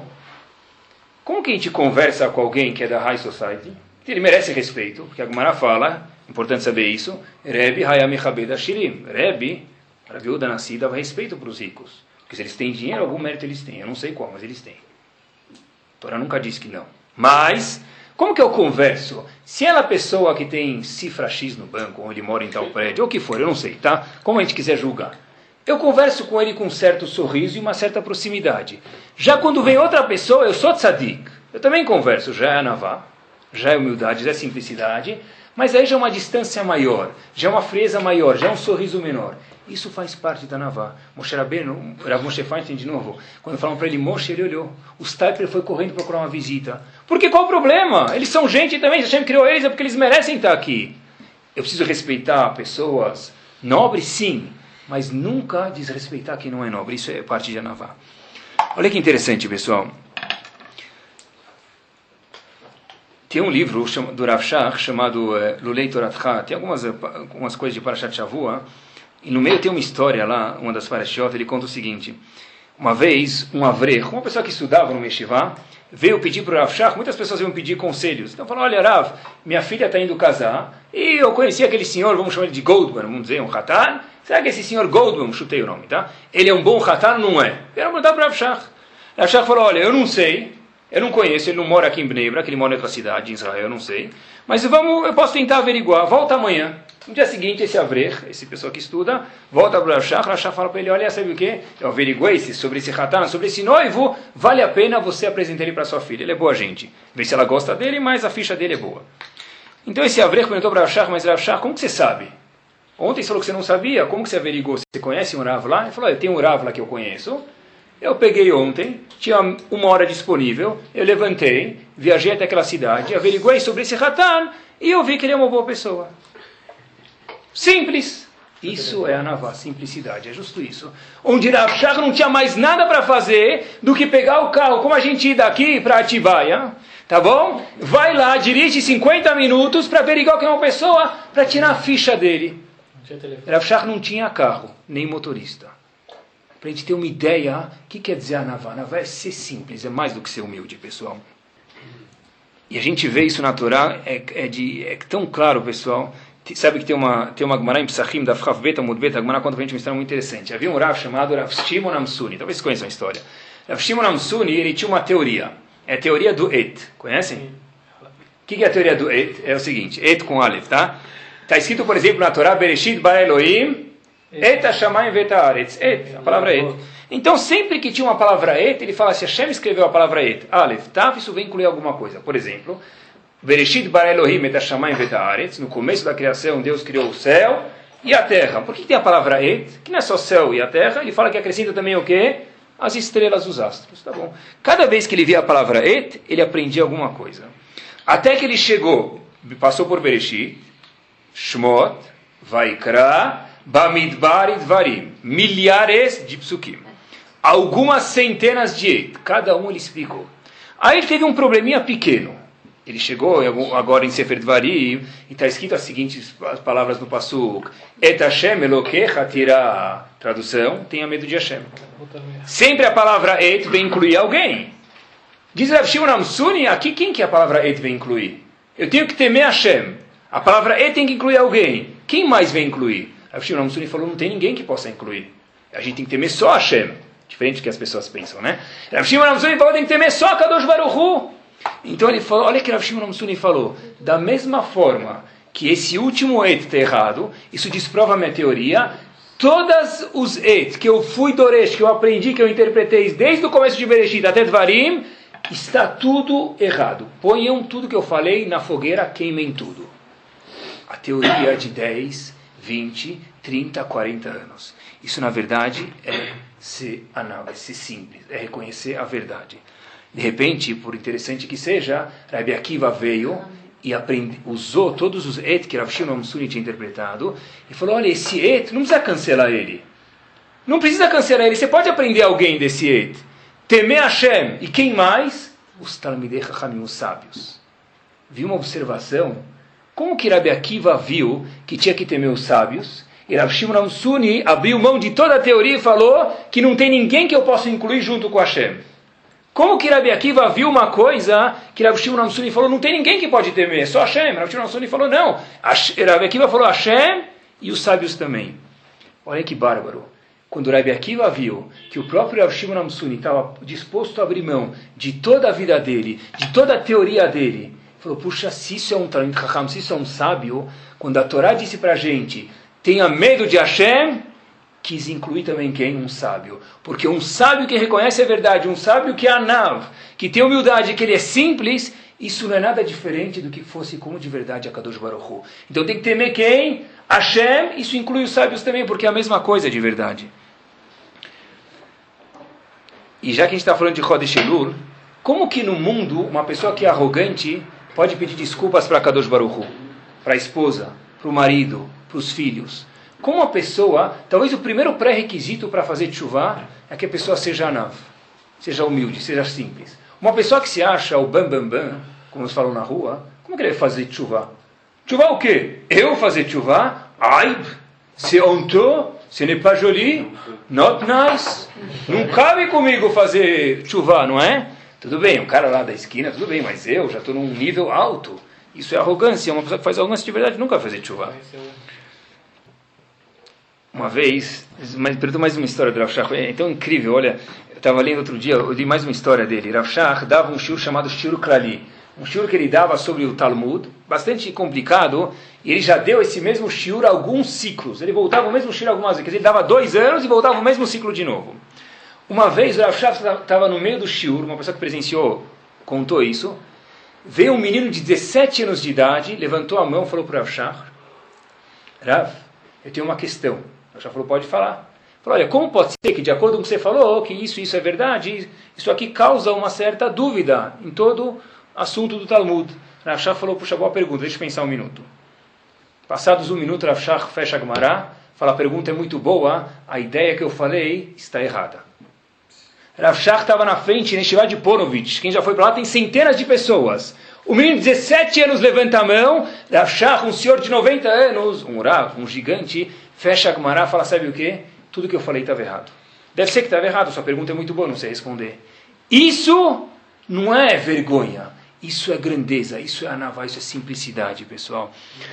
Como que a gente conversa com alguém que é da High Society? Ele merece respeito, porque a Gemara fala, importante saber isso, Rebbe Hayami Chabed Ashirim. Rebbe, a viúva nascida, dava respeito para os ricos. Porque se eles têm dinheiro, algum mérito eles têm. Eu não sei qual, mas eles têm. A Torá nunca disse que não. Mas... como que eu converso? Se ela é a pessoa que tem cifra X no banco, ou ele mora em tal prédio, ou o que for, eu não sei, tá? Como a gente quiser julgar. Eu converso com ele com um certo sorriso e uma certa proximidade. Já quando vem outra pessoa, eu sou tzadik. Eu também converso, já é anavá, já é humildade, já é simplicidade, mas aí já é uma distância maior, já é uma frieza maior, já é um sorriso menor. Isso faz parte da Navá. Moshe Rabbeinu, Rav Moshe Feinstein de novo, quando falam para ele, Moshe, ele olhou. O Steipler foi correndo procurar uma visita. Porque qual o problema? Eles são gente também, se Hashem criou eles é porque eles merecem estar aqui. Eu preciso respeitar pessoas nobres, sim, mas nunca desrespeitar quem não é nobre. Isso é parte da Navá. Olha que interessante, pessoal. Tem um livro do Rav Shach chamado Lulei Toratcha. Tem algumas coisas de Parashat Shavua. E no meio tem uma história lá, uma das Parashiot, ele conta o seguinte. Uma vez, um avrech, uma pessoa que estudava no Yeshivá, veio pedir para o Rav Shach, muitas pessoas iam pedir conselhos. Então falou, olha Rav, minha filha está indo casar, e eu conheci aquele senhor, vamos chamar ele de Goldman, vamos dizer, um Hatan. Será que esse senhor Goldman, chutei o nome, tá? Ele é um bom Hatan? Não é. Quero mandar para o Rav Shach. O Rav Shach falou, olha, eu não sei, eu não conheço, ele não mora aqui em Bnei Brak, ele mora em outra cidade, em Israel, eu não sei. Mas eu posso tentar averiguar, volta amanhã. No dia seguinte, esse Avrech, esse pessoa que estuda, volta para o Rav Shach fala para ele, olha, sabe o quê? Eu averiguei sobre esse Hatan, sobre esse noivo, vale a pena você apresentar ele para sua filha. Ele é boa gente. Vê se ela gosta dele, mas a ficha dele é boa. Então esse Avrech perguntou para o Rav Shach, mas Rav Shach, como que você sabe? Ontem você falou que você não sabia, como que você averigou? Você conhece um Rav lá? Ele falou, eu tenho um Rav lá que eu conheço. Eu peguei ontem, tinha 1 hora disponível, eu levantei, viajei até aquela cidade, averiguei sobre esse Hatan e eu vi que ele é uma boa pessoa. Simples. Isso é a Anavá, simplicidade, é justo isso. Onde Rav Shach não tinha mais nada para fazer do que pegar o carro, como a gente ir daqui para Atibaia, tá bom? Vai lá, dirige 50 minutos para averiguar quem é uma pessoa, para tirar a ficha dele. Rav Shach não tinha carro, nem motorista. Para a gente ter uma ideia, o que quer dizer Anavá? Anavá é ser simples, é mais do que ser humilde, pessoal. E a gente vê isso na Torá, é tão claro, pessoal. Sabe que tem uma Gemara em Psachim, da Chav Bet Amud Bet, a Gemara conta pra gente uma história muito interessante. Havia um Rav chamado Rav Shimon Amsuni, talvez vocês conheçam a história. Rav Shimon Amsuni, ele tinha uma teoria, é a teoria do Et, conhecem? O que é a teoria do Et? É o seguinte, Et com Aleph, tá? Está escrito, por exemplo, na Torá, Bereshit bara Elohim, Et hashamayim vet haaretz, Et, a palavra Et. Então, sempre que tinha uma palavra Et, ele fala, se Hashem escreveu a palavra Et, Aleph, Tav, isso vem incluir alguma coisa. Por exemplo, Bereshit bara Elohim et hashamayim vet haaretz, no começo da criação, Deus criou o céu e a terra. Por que tem a palavra Et? Que não é só céu e a terra, ele fala que acrescenta também o quê? As estrelas, os astros, tá bom? Cada vez que ele via a palavra Et, ele aprendia alguma coisa. Até que ele chegou, passou por Bereshit, Shmot, Vaikra, Bamidbar e Dvarim, milhares de psukim, algumas centenas de Et, cada um ele explicou. Aí ele teve um probleminha pequeno. Ele chegou agora em Sefer Dvarim e está escrito as seguintes palavras no Pasuk: Et Hashem Elokecha Tira. Tradução: tenha medo de Hashem. Sempre a palavra Et vem incluir alguém. Diz Rav Shimon Amsuni, aqui quem que a palavra Et vem incluir? Eu tenho que temer Hashem. A palavra Et tem que incluir alguém. Quem mais vem incluir? Rav Shimon Amsuni falou, não tem ninguém que possa incluir. A gente tem que temer só Hashem. Diferente do que as pessoas pensam, né? Rav Shimon Amsuni falou, tem que temer só Kadosh Baruch Hu. Então ele falou, olha que Rav Shimon Amsuni falou, da mesma forma que esse último Et está errado, isso desprova a minha teoria, todos os Et que eu fui Doresh, que eu aprendi, que eu interpretei desde o começo de Bereshit até Dvarim, está tudo errado. Ponham tudo que eu falei na fogueira, queimem tudo. A teoria de 10, 20, 30, 40 anos. Isso na verdade é ser análise, simples, é reconhecer a verdade. De repente, por interessante que seja, Rabbi Akiva veio e usou todos os Et que Rav Shimon Amsuni tinha interpretado e falou, olha, esse Et, não precisa cancelar ele. Não precisa cancelar ele, você pode aprender alguém desse Et. Temer Hashem. E quem mais? Os Talmidei Chachamim, os sábios. Viu uma observação? Como que Rabbi Akiva viu que tinha que temer os sábios? E Rav Shimon Amsuni abriu mão de toda a teoria e falou que não tem ninguém que eu possa incluir junto com Hashem. Como que Rabbi Akiva viu uma coisa que Rav Shimon Amsuni falou, não tem ninguém que pode temer, só Hashem. Rav Shimon Amsuni falou, não. Rabbi Akiva falou Hashem e os sábios também. Olha que bárbaro. Quando Rabbi Akiva viu que o próprio Rav Shimon Amsuni estava disposto a abrir mão de toda a vida dele, de toda a teoria dele, falou, puxa, se isso é um Talmid Chacham, se isso é um sábio, quando a Torá disse para a gente, tenha medo de Hashem, quis incluir também quem? Um sábio. Porque um sábio que reconhece a verdade, um sábio que é anav, que tem humildade, que ele é simples, isso não é nada diferente do que fosse como de verdade a Kadosh Baruch Hu. Então tem que temer quem? Hashem, isso inclui os sábios também, porque é a mesma coisa de verdade. E já que a gente está falando de Chodesh Elul, como que no mundo uma pessoa que é arrogante pode pedir desculpas para Kadosh Baruch Hu? Para a esposa, para o marido, para os filhos? Como a pessoa, talvez o primeiro pré-requisito para fazer tchuvá é que a pessoa seja anav, seja humilde, seja simples. Uma pessoa que se acha o bam, como eles falam na rua, como que ele vai fazer tchuvá? Tchuvá o quê? Eu fazer tchuvá? Aib, c'est honteux, ce n'est pas joli, not nice. Não cabe comigo fazer tchuvá, não é? Tudo bem, o cara lá da esquina, tudo bem, mas eu já estou num nível alto. Isso é arrogância, uma pessoa que faz arrogância de verdade nunca vai fazer tchuvá. Uma vez, perguntou mais uma história do Rav Shach, é tão incrível, olha, eu estava lendo outro dia, eu li mais uma história dele. Rav Shach dava um shiur chamado Shiur Klali. um shiur que ele dava sobre o Talmud, bastante complicado, e ele já deu esse mesmo shiur alguns ciclos. Ele voltava o mesmo shiur algumas vezes, quer dizer, ele dava 2 anos e voltava o mesmo ciclo de novo. Uma vez o Rav Shach estava no meio do shiur, uma pessoa que presenciou contou isso, veio um menino de 17 anos de idade, levantou a mão e falou para o Rav Shach, Rav, eu tenho uma questão. O Rav Shach falou, pode falar. Falou, olha, como pode ser que de acordo com o que você falou, que isso é verdade, isso aqui causa uma certa dúvida em todo assunto do Talmud. Rav Shach falou, puxa, boa pergunta, deixa eu pensar um minuto. Passados 1 minuto, Rav Shach fecha a Gemara, fala, a pergunta é muito boa, a ideia que eu falei está errada. Rav Shach estava na frente, Neshiva de Ponovitch, quem já foi para lá tem centenas de pessoas. O menino de 17 anos levanta a mão, Rav Shach, um senhor de 90 anos, um Rav, um gigante, fecha a Gemara e fala, sabe o quê? Tudo que eu falei estava errado. Deve ser que estava errado, sua pergunta é muito boa, não sei responder. Isso não é vergonha, isso é grandeza, isso é anavá, isso é simplicidade, pessoal.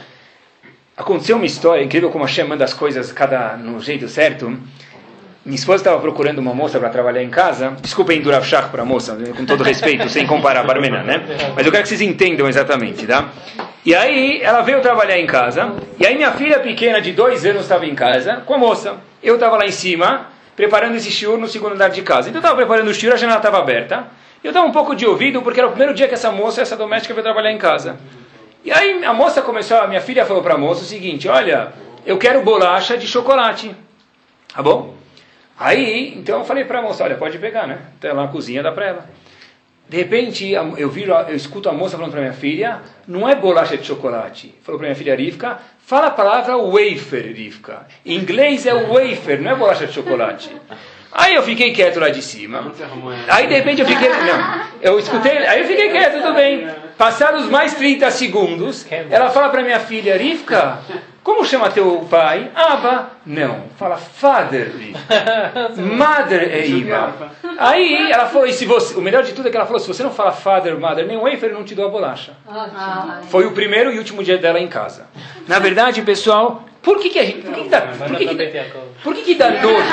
Aconteceu uma história, incrível como a Hashem manda as coisas no jeito certo. Minha esposa estava procurando uma moça para trabalhar em casa. Desculpem do Rav Shach para a moça, com todo respeito, sem comparar a Barmena, né? Mas eu quero que vocês entendam exatamente, tá? E aí, ela veio trabalhar em casa. E aí, minha filha pequena, de 2 anos, estava em casa com a moça. Eu estava lá em cima, preparando esse shiur no 2º andar de casa. Então, eu estava preparando o shiur, a janela estava aberta. E eu estava um pouco de ouvido, porque era o primeiro dia que essa doméstica veio trabalhar em casa. E aí, a minha filha falou para a moça o seguinte, olha, eu quero bolacha de chocolate. Tá bom? Aí, então eu falei para a moça, olha, pode pegar, né? Então lá na cozinha, dá para ela. De repente, eu escuto a moça falando para minha filha, não é bolacha de chocolate. Falou para minha filha Rivka, fala a palavra wafer, Rivka. Em inglês é wafer, não é bolacha de chocolate. Aí eu fiquei quieto lá de cima. Aí de repente eu fiquei... Não, eu escutei... Aí eu fiquei quieto, tudo bem. Passados mais 30 segundos, ela fala para minha filha, Rivka, como chama teu pai? Abba? Não. Fala father, Rivka. Mother é Iba. Aí ela falou, e se você... O melhor de tudo é que ela falou, se você não fala father, mother, nem wafer, eu não te dou a bolacha. Foi o primeiro e último dia dela em casa. Na verdade, pessoal... Por que a gente... Por que dá nojo?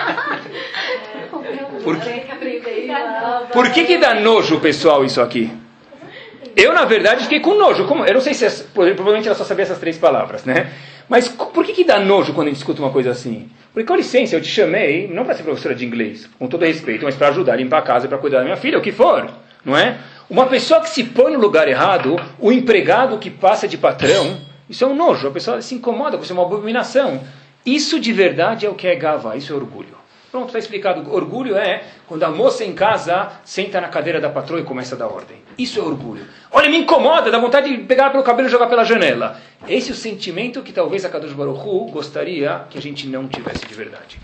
Por que dá nojo, pessoal, isso aqui? Eu, na verdade, fiquei com nojo. Eu não sei se... Provavelmente ela só sabia essas 3 palavras, né? Mas por que dá nojo quando a gente escuta uma coisa assim? Porque, com licença, eu te chamei, não para ser professora de inglês, com todo respeito, mas para ajudar a limpar a casa e para cuidar da minha filha, o que for, não é? Uma pessoa que se põe no lugar errado, o empregado que passa de patrão... Isso é um nojo, a pessoa se incomoda, isso é uma abominação. Isso de verdade é o que é gava, isso é orgulho. Pronto, está explicado. Orgulho é quando a moça em casa senta na cadeira da patroa e começa a dar ordem. Isso é orgulho. Olha, me incomoda, dá vontade de pegar pelo cabelo e jogar pela janela. Esse é o sentimento que talvez a Kadosh Baruch Hu gostaria que a gente não tivesse de verdade.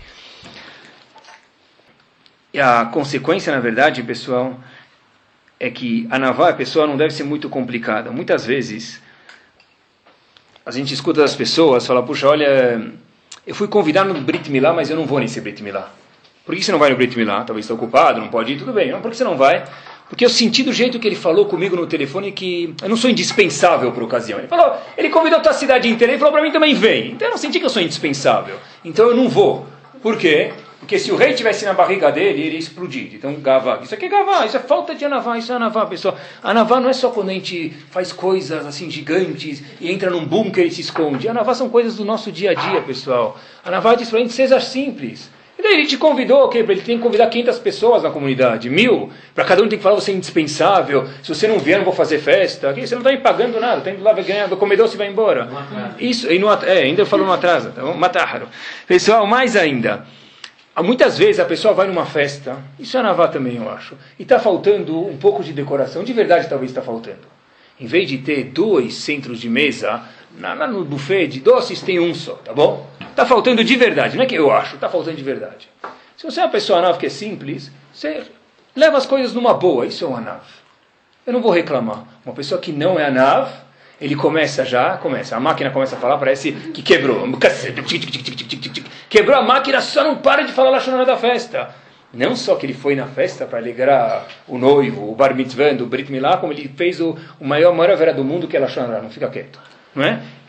E a consequência, na verdade, pessoal, é que a navá, a pessoa não deve ser muito complicada. Muitas vezes... A gente escuta as pessoas falar, puxa, olha, eu fui convidado no Brit Milá, mas eu não vou nesse Brit Milá. Por que você não vai no Brit Milá? Talvez está ocupado, não pode ir, tudo bem. Não, por que você não vai? Porque eu senti do jeito que ele falou comigo no telefone que eu não sou indispensável para a ocasião. Ele convidou a tua cidade inteira e falou para mim também vem. Então eu não senti que eu sou indispensável. Então eu não vou. Por quê? Porque se o rei estivesse na barriga dele, ele ia explodir. Então, gavá. Isso aqui é gavá, isso é falta de anavá, isso é anavá, pessoal. Anavá não é só quando a gente faz coisas assim gigantes e entra num bunker e se esconde. Anavá são coisas do nosso dia a dia, pessoal. Anavá diz pra gente, seja simples. E daí ele te convidou, ok? Ele tem que convidar 500 pessoas na comunidade, 1000. Para cada um tem que falar, você é indispensável. Se você não vier, eu não vou fazer festa. Aqui, você não está me pagando nada. Está indo lá, vai ganhar do comedor, você vai embora. Isso, e não, ainda eu falo não atrasa. Tá bom? Mataharo. Pessoal, mais ainda... Muitas vezes a pessoa vai numa festa, isso é anavá também, eu acho, e está faltando um pouco de decoração, de verdade talvez está faltando. Em vez de ter 2 centros de mesa, lá no buffet de doces tem um só, tá bom? Está faltando de verdade, não é que eu acho, está faltando de verdade. Se você é uma pessoa anav que é simples, você leva as coisas numa boa, isso é um anav. Eu não vou reclamar. Uma pessoa que não é anav, ele começa, a máquina começa a falar, parece que quebrou. Quebrou a máquina, só não para de falar Lashon Hara da festa. Não só que ele foi na festa para alegrar o noivo, o bar mitzvah, o brit milá, como ele fez o maior vera do mundo, que é Lashon Hara, não fica quieto. Não é?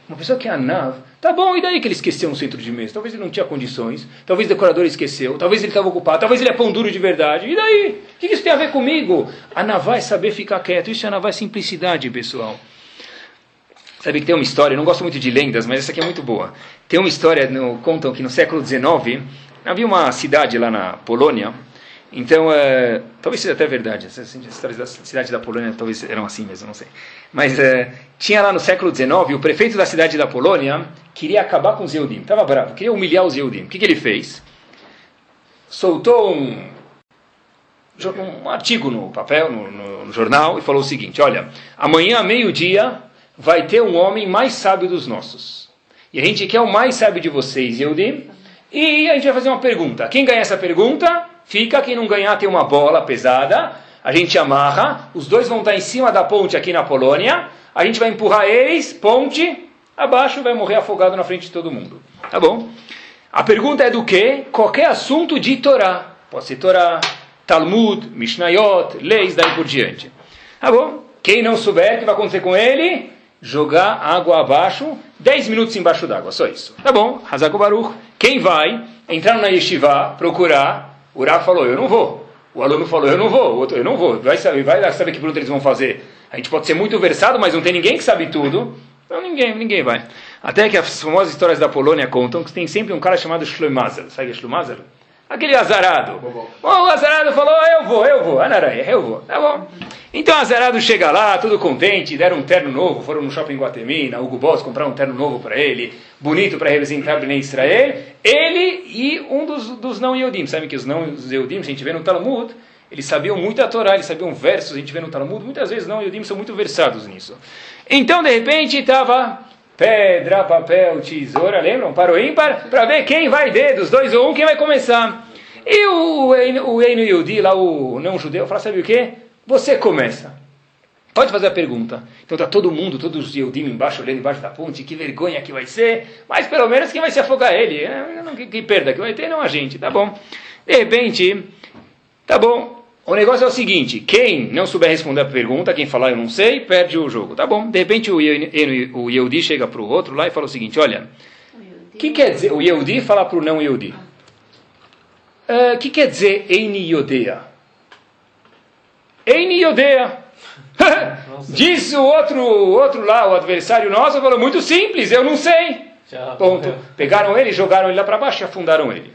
Uma pessoa que é anav, tá bom, e daí que ele esqueceu no centro de mesa? Talvez ele não tinha condições, talvez o decorador esqueceu, talvez ele estava ocupado, talvez ele é pão duro de verdade. E daí? O que isso tem a ver comigo? Anavá é saber ficar quieto, isso é anavá, é simplicidade, pessoal. Sabe que tem uma história, eu não gosto muito de lendas, mas essa aqui é muito boa. Tem uma história, contam que no século XIX, havia uma cidade lá na Polônia. Então, talvez seja até verdade, essas histórias da cidade da Polônia talvez eram assim mesmo, não sei. Mas tinha lá no século XIX, o prefeito da cidade da Polônia queria acabar com os Yehudim, estava bravo, queria humilhar os Yehudim. O que ele fez? Soltou um artigo no papel, no jornal, e falou o seguinte: olha, amanhã, meio-dia, vai ter um homem mais sábio dos nossos. E a gente quer o mais sábio de vocês, Yehudim, e a gente vai fazer uma pergunta. Quem ganhar essa pergunta... fica, quem não ganhar tem uma bola pesada, a gente amarra, os dois vão estar em cima da ponte aqui na Polônia, a gente vai empurrar eles, ponte, abaixo, vai morrer afogado na frente de todo mundo. Tá bom? A pergunta é do quê? Qualquer assunto de Torá. Pode ser Torá, Talmud, Mishnayot, leis, daí por diante. Tá bom? Quem não souber, o que vai acontecer com ele? Jogar água abaixo, 10 minutos embaixo d'água, só isso. Tá bom? Hazak Baruch. Quem vai entrar na yeshiva, procurar... O Rav falou, eu não vou. O aluno falou, eu não vou. O outro, eu não vou. Vai saber que pergunta eles vão fazer. A gente pode ser muito versado, mas não tem ninguém que sabe tudo. Então ninguém vai. Até que as famosas histórias da Polônia contam que tem sempre um cara chamado Shlomazel. Sabe o que é Shlomazel? Aquele azarado. O azarado falou, eu vou. Anaraia, eu vou. Tá bom. Então o azarado chega lá, todo contente, deram um terno novo, foram no shopping Guatemi, na Hugo Boss, compraram um terno novo para ele, bonito para representar Bnei Israel, ele e um dos não Yehudim. Sabe que os não Yehudim, a gente vê no Talmud, eles sabiam muito a Torá, eles sabiam versos, a gente vê no Talmud, muitas vezes não Yehudim são muito versados nisso. Então, de repente, estava pedra, papel, tesoura, lembram? Para o ímpar, para ver quem vai dos dois ou um, quem vai começar. E o Eino Yehudi, lá o não judeu, fala, sabe o quê? Você começa. Pode fazer a pergunta. Então está todo mundo, todos os Yehudim embaixo, olhando embaixo da ponte, que vergonha que vai ser, mas pelo menos quem vai se afogar é ele. Que perda que vai ter, não a gente, tá bom. De repente, tá bom. O negócio é o seguinte, quem não souber responder a pergunta, quem falar eu não sei, perde o jogo, tá bom. De repente o Yehudi chega para o outro lá e fala o seguinte, olha, o que quer dizer, o Yehudi fala para o não Yehudi, o que quer dizer Eini Yodea? Eini Yodea. Diz o outro lá, o adversário nosso, falou, muito simples, eu não sei. Ponto. Pegaram ele, jogaram ele lá para baixo e afundaram ele.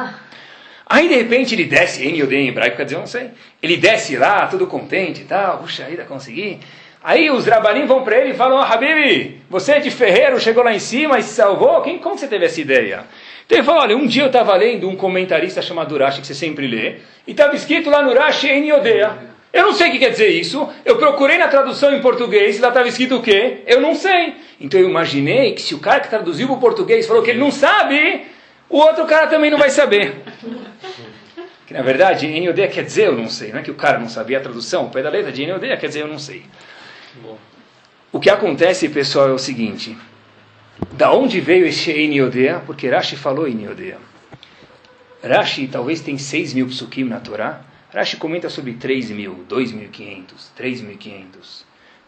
Aí de repente ele desce, Eini Yodea em hebraico, quer dizer, eu não sei. Ele desce lá, todo contente e tal, puxa vida, consegui. Aí os rabanim vão para ele e falam, Habibi, você é de ferreiro, chegou lá em cima e se salvou? Como você teve essa ideia? Então ele falou, olha, um dia eu estava lendo um comentarista chamado Rashi, que você sempre lê, e estava escrito lá no Rashi, Eini Yodea. Eu não sei o que quer dizer isso, eu procurei na tradução em português, lá estava escrito o quê? Eu não sei. Então eu imaginei que se o cara que traduziu para o português falou que ele não sabe, o outro cara também não vai saber. Que na verdade, Eini Yodea quer dizer eu não sei, não é que o cara não sabia a tradução, o pé da letra de Eini Yodea quer dizer eu não sei. O que acontece, pessoal, é o seguinte, da onde veio esse Eini Yodea? Porque Rashi falou Eini Yodea. Rashi talvez tem 6.000 psukim na Torá, Rashi comenta sobre 3.000, 2.500, 3.500.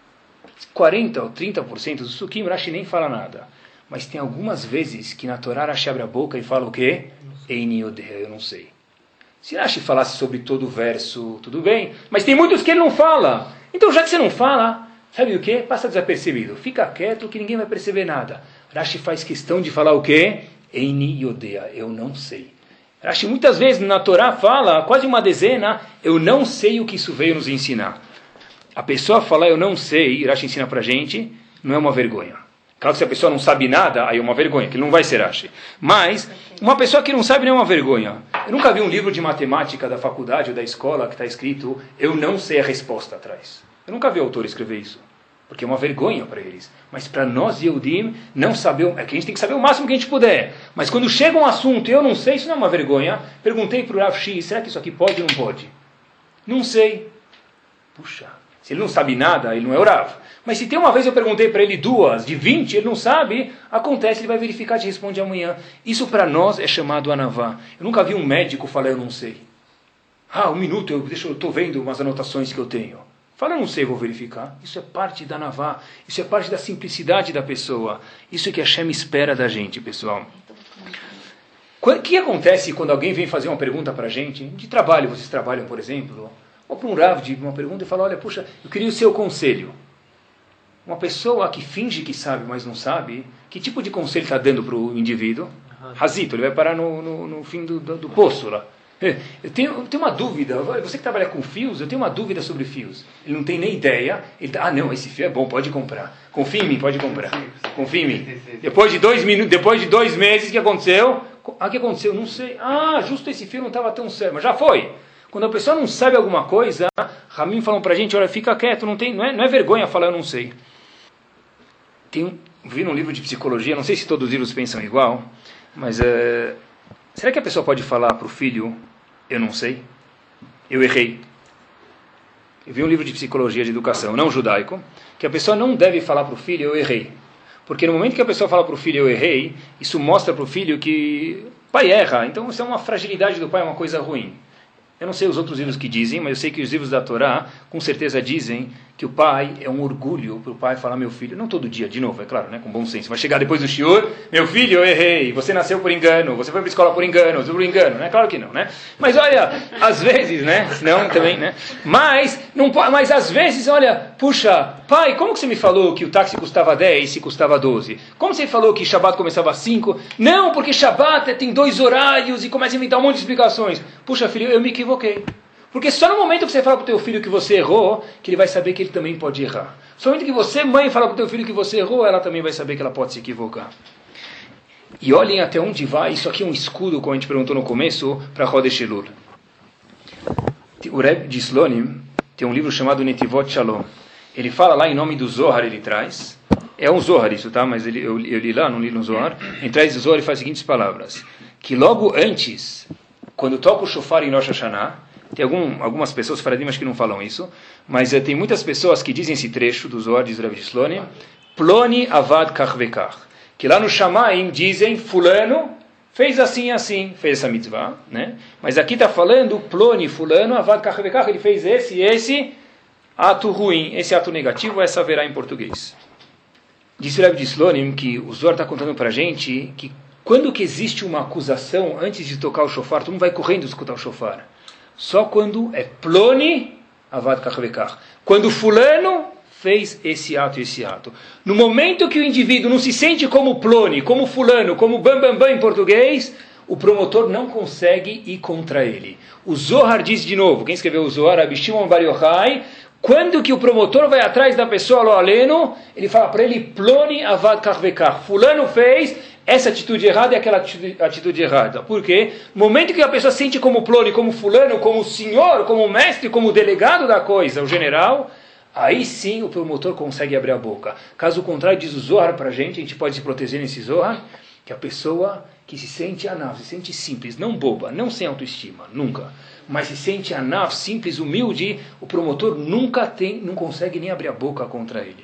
40% ou 30% dos psukim, Rashi nem fala nada. Mas tem algumas vezes que na Torá Rashi abre a boca e fala o quê? Eini Yodea, eu não sei. Se Rashi falasse sobre todo o verso, tudo bem. Mas tem muitos que ele não fala. Então já que você não fala, sabe o quê? Passa desapercebido. Fica quieto que ninguém vai perceber nada. Rashi faz questão de falar o quê? Eini Yodea, eu não sei. Rashi muitas vezes na Torá fala, quase uma dezena, eu não sei o que isso veio nos ensinar. A pessoa falar eu não sei, Rashi ensina pra gente, não é uma vergonha. Caso se a pessoa não sabe nada, aí é uma vergonha, que ele não vai ser Rashi. Mas, uma pessoa que não sabe não é uma vergonha. Eu nunca vi um livro de matemática da faculdade ou da escola que está escrito, eu não sei a resposta atrás. Eu nunca vi o autor escrever isso. Porque é uma vergonha para eles. Mas para nós, Yehudim, não saber, é que a gente tem que saber o máximo que a gente puder. Mas quando chega um assunto e eu não sei, isso não é uma vergonha. Perguntei para o Rav X, será que isso aqui pode ou não pode? Não sei. Puxa, se ele não sabe nada, ele não é o Rav. Mas se tem uma vez eu perguntei para ele 2, de 20, ele não sabe, acontece, ele vai verificar e te responde amanhã. Isso para nós é chamado anavá. Eu nunca vi um médico falar eu não sei. Um minuto, eu estou vendo umas anotações que eu tenho. Fala, eu não sei, vou verificar. Isso é parte da Navá, isso é parte da simplicidade da pessoa. Isso que a Hashem espera da gente, pessoal. O que acontece quando alguém vem fazer uma pergunta para a gente? De trabalho, vocês trabalham, por exemplo, ou para um Rav de uma pergunta e fala, olha, puxa, eu queria o seu conselho. Uma pessoa que finge que sabe, mas não sabe, que tipo de conselho está dando para o indivíduo? Razito, ele vai parar no fim do poço lá. Eu tenho uma dúvida, você que trabalha com fios, eu tenho uma dúvida sobre fios. Ele não tem nem ideia, não, esse fio é bom, pode comprar. Confia em mim, pode comprar. Confia em mim. Depois de 2 meses, o que aconteceu? O que aconteceu? Não sei. Justo esse fio não estava tão certo, mas já foi. Quando a pessoa não sabe alguma coisa, Ramim falam pra gente, olha, fica quieto, não é vergonha falar eu não sei. Vi num livro de psicologia, não sei se todos os livros pensam igual, mas será que a pessoa pode falar para o filho, eu não sei, eu errei? Eu vi um livro de psicologia de educação, não judaico, que a pessoa não deve falar para o filho, eu errei. Porque no momento que a pessoa fala para o filho, eu errei, isso mostra para o filho que o pai erra. Então isso é uma fragilidade do pai, é uma coisa ruim. Eu não sei os outros livros que dizem, mas eu sei que os livros da Torá, com certeza dizem que o pai é um orgulho para o pai falar, meu filho, não todo dia, de novo, é claro, né, com bom senso, vai chegar depois do shiur, meu filho, eu errei, você nasceu por engano, você foi para a escola por engano, né, claro que não, né, mas olha, às vezes, né, não também, né, mas às vezes, olha, puxa, pai, como que você me falou que o táxi custava 10 e custava 12? Como você falou que Shabbat começava às 5? Não, porque Shabbat tem 2 horários e começa a inventar um monte de explicações. Puxa, filho, eu me equivoquei. Porque só no momento que você fala para o teu filho que você errou, que ele vai saber que ele também pode errar. Só no momento que você, mãe, fala para o teu filho que você errou, ela também vai saber que ela pode se equivocar. E olhem até onde vai, isso aqui é um escudo, como a gente perguntou no começo, para Rodesh Elul. O Rebbe de Slonim tem um livro chamado Netivot Shalom. Ele fala lá em nome do Zohar, ele traz. É um Zohar isso, tá? Mas eu li lá, não li no Zohar. Ele traz o Zohar e faz as seguintes palavras. Que logo antes, quando toca o shofar em Rosh Hashanah, tem algumas pessoas, faradimas, que não falam isso, mas tem muitas pessoas que dizem esse trecho do Zohar, diz o Rebbe de Slonim, Ploni avad kach vekach. Que lá no Shamaim dizem, fulano fez assim e assim, fez essa mitzvah, né? Mas aqui está falando, Ploni, fulano, avad kach vekach, ele fez esse ato ruim, esse ato negativo, essa haverá em português. Disse o Rebbe de Slonim que o Zohar está contando para a gente que quando que existe uma acusação antes de tocar o shofar, todo mundo vai correndo escutar o shofar. Só quando é Ploni, avad kach vekach. Quando fulano fez esse ato e esse ato. No momento que o indivíduo não se sente como Ploni, como fulano, como bambambam em português, o promotor não consegue ir contra ele. O Zohar diz de novo, quem escreveu o Zohar, Rabbi Shimon Bar Yochai, quando que o promotor vai atrás da pessoa, lo aleno, ele fala para ele, Ploni avad kach vekach. Fulano fez essa atitude errada e aquela atitude errada. Por quê? No momento que a pessoa sente como Ploni, como fulano, como senhor, como mestre, como delegado da coisa, o general, aí sim o promotor consegue abrir a boca. Caso contrário, diz o Zohar para a gente pode se proteger nesse Zohar, que a pessoa que se sente anav, se sente simples, não boba, não sem autoestima, nunca, mas se sente anav, simples, humilde, o promotor não consegue nem abrir a boca contra ele.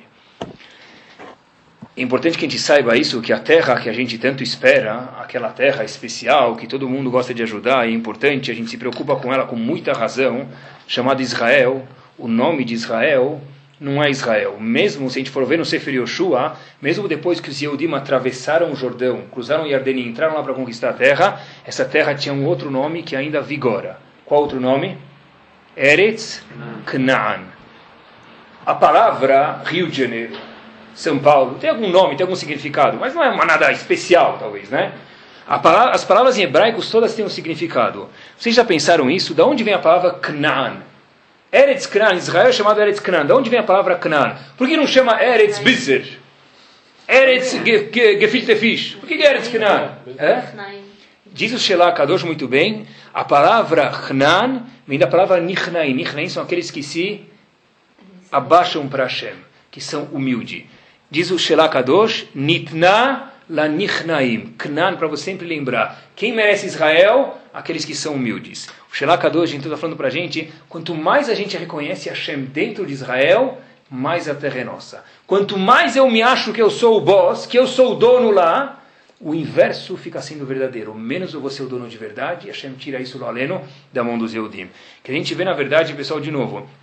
É importante que a gente saiba isso, que a terra que a gente tanto espera, aquela terra especial, que todo mundo gosta de ajudar, é importante, a gente se preocupa com ela com muita razão, chamada Israel. O nome de Israel não é Israel. Mesmo se a gente for ver no Sefer Yoshua, mesmo depois que os Yehudim atravessaram o Jordão, cruzaram o Yarden e entraram lá para conquistar a terra, essa terra tinha um outro nome que ainda vigora. Qual outro nome? Eretz Canaan. A palavra Rio de Janeiro, São Paulo, tem algum nome, tem algum significado, mas não é nada especial, talvez, né? As palavras em hebraico todas têm um significado. Vocês já pensaram isso? Da onde vem a palavra Canaan? Eretz Canaan, Israel é chamado Eretz Canaan. Da onde vem a palavra Canaan? Por que não chama Eretz Bizer? Eretz Gefilte Fish. Por que é Eretz Canaan? Diz o Shelah Kadosh muito bem, a palavra Canaan vem da palavra Nichnaim. Nichnaim são aqueles que se abaixam para Hashem, que são humildes. Diz o Shelah Kadosh, Nitna la Nichnaim. Canaan, para você sempre lembrar. Quem merece Israel? Aqueles que são humildes. O Shelah Kadosh então está falando para a gente, quanto mais a gente reconhece Hashem dentro de Israel, mais a terra é nossa. Quanto mais eu me acho que eu sou o boss, que eu sou o dono lá, o inverso fica sendo verdadeiro. Menos eu vou ser o dono de verdade, e Hashem tira isso do aleno da mão dos Yehudim. Que a gente vê na verdade, pessoal, de novo,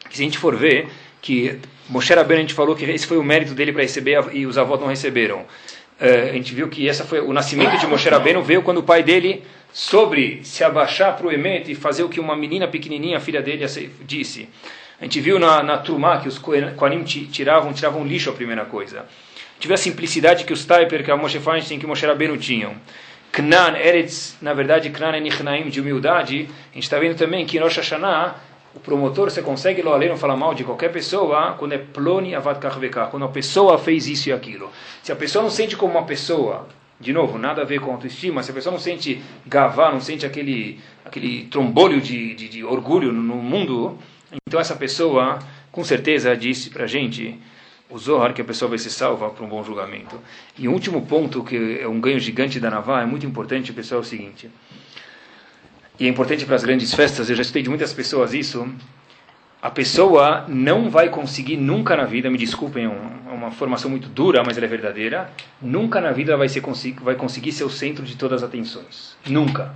que se a gente for ver, que Moshe Rabbeinu, a gente falou que esse foi o mérito dele para receber e os avós não receberam. A gente viu que essa foi o nascimento de Moshe Rabbeinu veio quando o pai dele sobre se abaixar para o Emet e fazer o que uma menina pequenininha, a filha dele, disse. A gente viu na Trumá que os Kohanim tiravam lixo a primeira coisa. A gente viu a simplicidade que os Taiper, que a Moshe Feinstein, que o Moshe Rabbeinu tinham. Knan, Eretz, na verdade, Knan é Nichnaim, de humildade. A gente está vendo também que em Rosh Hashanah, o promotor, você consegue não falar mal de qualquer pessoa quando é ploni avad karvekah, quando a pessoa fez isso e aquilo. Se a pessoa não sente como uma pessoa, de novo, nada a ver com autoestima, se a pessoa não sente gavá, não sente aquele trombolho de orgulho no mundo, então essa pessoa, com certeza, disse para a gente, o Zohar, que a pessoa vai ser salva para um bom julgamento. E o último ponto, que é um ganho gigante da Navá, é muito importante, pessoal, é o seguinte, e é importante para as grandes festas, eu já escutei de muitas pessoas isso, a pessoa não vai conseguir nunca na vida, me desculpem, é uma formação muito dura, mas ela é verdadeira, nunca na vida vai conseguir ser o centro de todas as atenções. Nunca.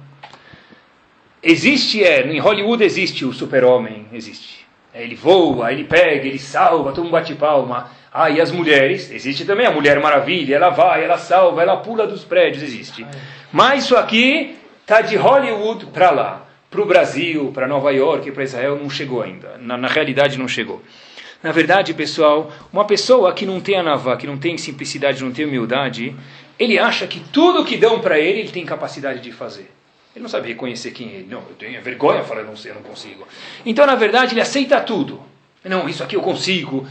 Em Hollywood existe o super-homem, existe. Ele voa, ele pega, ele salva, todo mundo bate palma. E as mulheres, existe também a Mulher Maravilha, ela vai, ela salva, ela pula dos prédios, existe. Mas isso aqui está de Hollywood para lá, para o Brasil, para Nova York, para Israel, não chegou ainda. Na realidade não chegou. Na verdade, pessoal, uma pessoa que não tem anavá, que não tem simplicidade, não tem humildade, ele acha que tudo que dão para ele tem capacidade de fazer. Ele não sabe reconhecer quem é ele. Não, eu tenho vergonha, fala, eu não sei, eu não consigo. Então, na verdade, ele aceita tudo. Não, isso aqui eu consigo,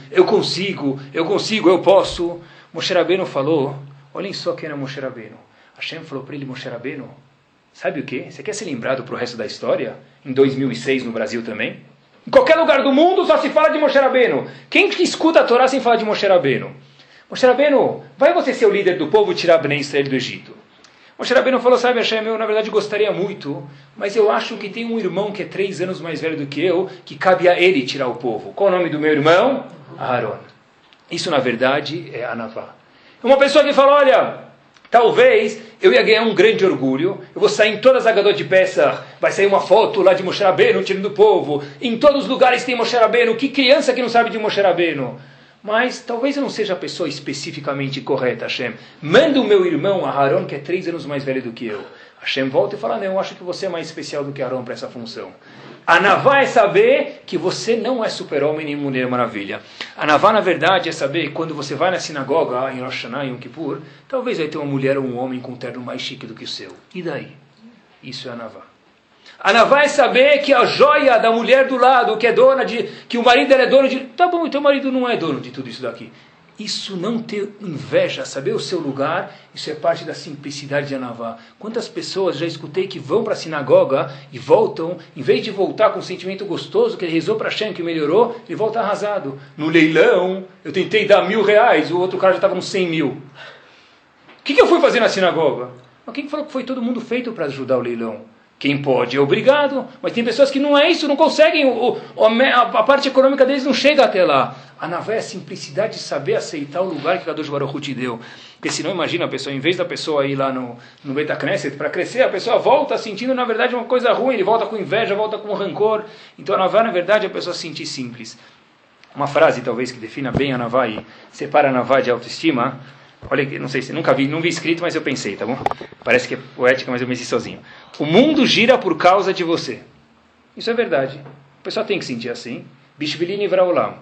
eu posso. Moshe Rabbeinu falou, olhem só quem era Moshe Rabbeinu. Hashem falou para ele, Moshe Rabbeinu, sabe o quê? Você quer ser lembrado para o resto da história? Em 2006 no Brasil também? Em qualquer lugar do mundo só se fala de Moshe Rabbeinu. Quem que escuta a Torá sem falar de Moshe Rabbeinu? Moshe Rabbeinu, vai você ser o líder do povo e tirar Bnei Israel do Egito? Moshe Rabbeinu falou, sabe, Hashem, eu na verdade gostaria muito, mas eu acho que tem um irmão que é 3 anos mais velho do que eu, que cabe a ele tirar o povo. Qual o nome do meu irmão? Aaron. Isso na verdade é Anavá. Uma pessoa que fala, olha, talvez eu ia ganhar um grande orgulho, eu vou sair em todas as Agadot de Pesach, vai sair uma foto lá de Moshe Rabbeinu tirando o povo, em todos os lugares tem Moshe Rabbeinu, que criança que não sabe de Moshe Rabbeinu? Mas talvez eu não seja a pessoa especificamente correta, Hashem. Manda o meu irmão, Aharon, que é 3 anos mais velho do que eu. Hashem volta e fala, não, eu acho que você é mais especial do que Aharon para essa função. A Navá é saber que você não é super-homem nem Mulher Maravilha. A Navá, na verdade, é saber, quando você vai na sinagoga, em Rosh Hashanah, em Yom Kippur, talvez vai ter uma mulher ou um homem com um terno mais chique do que o seu. E daí? Isso é a Navá. A Navá é saber que a joia da mulher do lado, que é dona de, que o marido dela é dono de, tá bom, então o marido não é dono de tudo isso daqui. Isso não ter inveja, saber o seu lugar, isso é parte da simplicidade de Anavá. Quantas pessoas já escutei que vão para a sinagoga e voltam, em vez de voltar com um sentimento gostoso, que ele rezou para Hashem, que melhorou, ele volta arrasado. No leilão, eu tentei dar R$1.000, o outro cara já estava com 100 mil. O que eu fui fazer na sinagoga? Mas quem falou que foi todo mundo feito para ajudar o leilão? Quem pode é obrigado, mas tem pessoas que não é isso, não conseguem, a parte econômica deles não chega até lá. A Navá é a simplicidade de saber aceitar o lugar que Kadosh Baruch Hu te deu. Porque senão, imagina a pessoa, em vez da pessoa ir lá no Beit HaKnesset para crescer, a pessoa volta sentindo, na verdade, uma coisa ruim, ele volta com inveja, volta com rancor. Então a Navá, na verdade, é a pessoa se sentir simples. Uma frase, talvez, que defina bem a Navá e separa a Navá de autoestima. Olha, não sei se não vi escrito, mas eu pensei, tá bom? Parece que é poética, mas eu pensei sozinho. O mundo gira por causa de você. Isso é verdade. A pessoa tem que sentir assim. Bishvilini vraolam.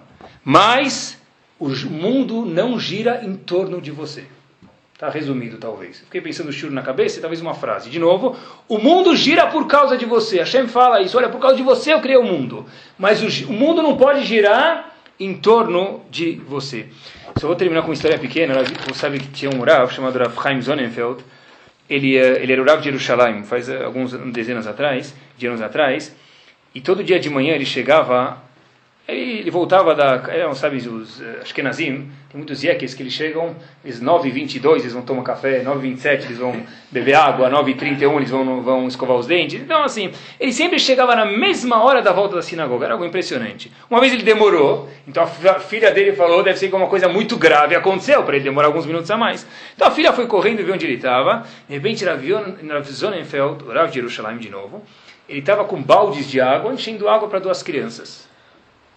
Mas o mundo não gira em torno de você. Está resumido, talvez. Fiquei pensando o shur na cabeça e talvez uma frase. De novo, o mundo gira por causa de você. Hashem fala isso. Olha, por causa de você eu criei o mundo. Mas o mundo não pode girar em torno de você. Só vou terminar com uma história pequena. Você sabe que tinha um Rav chamado Rav Chaim Sonnenfeld. Ele era o Rav de Yerushalayim, faz alguns dezenas de anos atrás. E todo dia de manhã ele chegava, ele voltava sabe, os Ashkenazim, tem muitos Yekes que eles chegam, às 9h22 eles vão tomar café, 9h27 eles vão beber água, 9h31 eles vão escovar os dentes. Então assim, ele sempre chegava na mesma hora da volta da sinagoga, era algo impressionante. Uma vez ele demorou, então a filha dele falou, deve ser que uma coisa muito grave aconteceu, para ele demorar alguns minutos a mais. Então a filha foi correndo e viu onde ele estava, de repente Rav Sonnenfeld, o Rav de Yerushalayim de novo, ele estava com baldes de água, enchendo água para 2 crianças.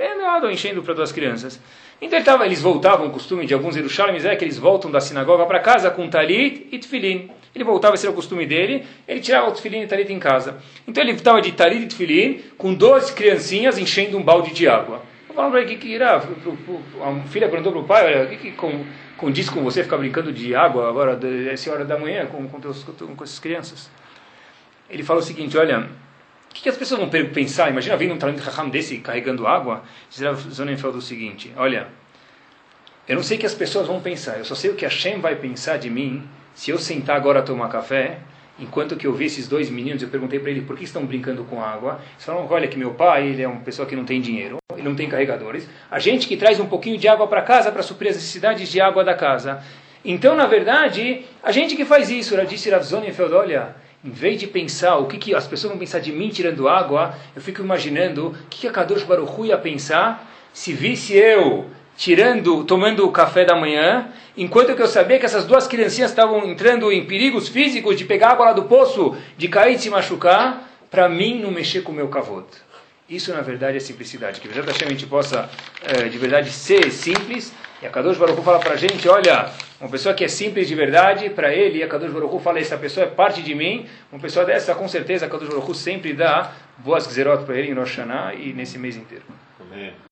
bebendo água, enchendo para duas crianças. Então eles voltavam, o costume de alguns Yerushalmis é que eles voltam da sinagoga para casa com talit e tefilin. Ele voltava, esse era o costume dele, ele tirava o tefilin e talit em casa. Então ele estava de talit e tefilin com 12 criancinhas enchendo um balde de água. Eu falo para ele que irá, a filha perguntou para o pai, olha, o que condiz com você ficar brincando de água agora, essa hora da manhã, com essas crianças? Ele falou o seguinte, olha, o que as pessoas vão pensar? Imagina vindo um talento raham desse carregando água. Zonen falou o seguinte, olha, eu não sei o que as pessoas vão pensar, eu só sei o que Hashem vai pensar de mim se eu sentar agora a tomar café, enquanto que eu vi esses dois meninos, eu perguntei para ele por que estão brincando com água. Eles falaram, olha, que meu pai, ele é uma pessoa que não tem dinheiro, ele não tem carregadores, a gente que traz um pouquinho de água para casa para suprir as necessidades de água da casa. Então, na verdade, a gente que faz isso, ela disse Rav Zonenfeld, olha, em vez de pensar o que as pessoas vão pensar de mim tirando água, eu fico imaginando o que a Kadosh Baruch Hu ia pensar se visse eu tomando o café da manhã, enquanto que eu sabia que essas duas criancinhas estavam entrando em perigos físicos de pegar água lá do poço, de cair e se machucar, para mim não mexer com o meu kavod. Isso, na verdade, é simplicidade. Que a gente possa, de verdade, ser simples. E a Kadosh Baruch Hu fala para a gente, olha, uma pessoa que é simples de verdade, para ele, a Kadosh Baruch Hu fala, essa pessoa é parte de mim. Uma pessoa dessa, com certeza, a Kadosh Baruch Hu sempre dá boas gzerot para ele em Rosh Hashanah e nesse mês inteiro. Amém.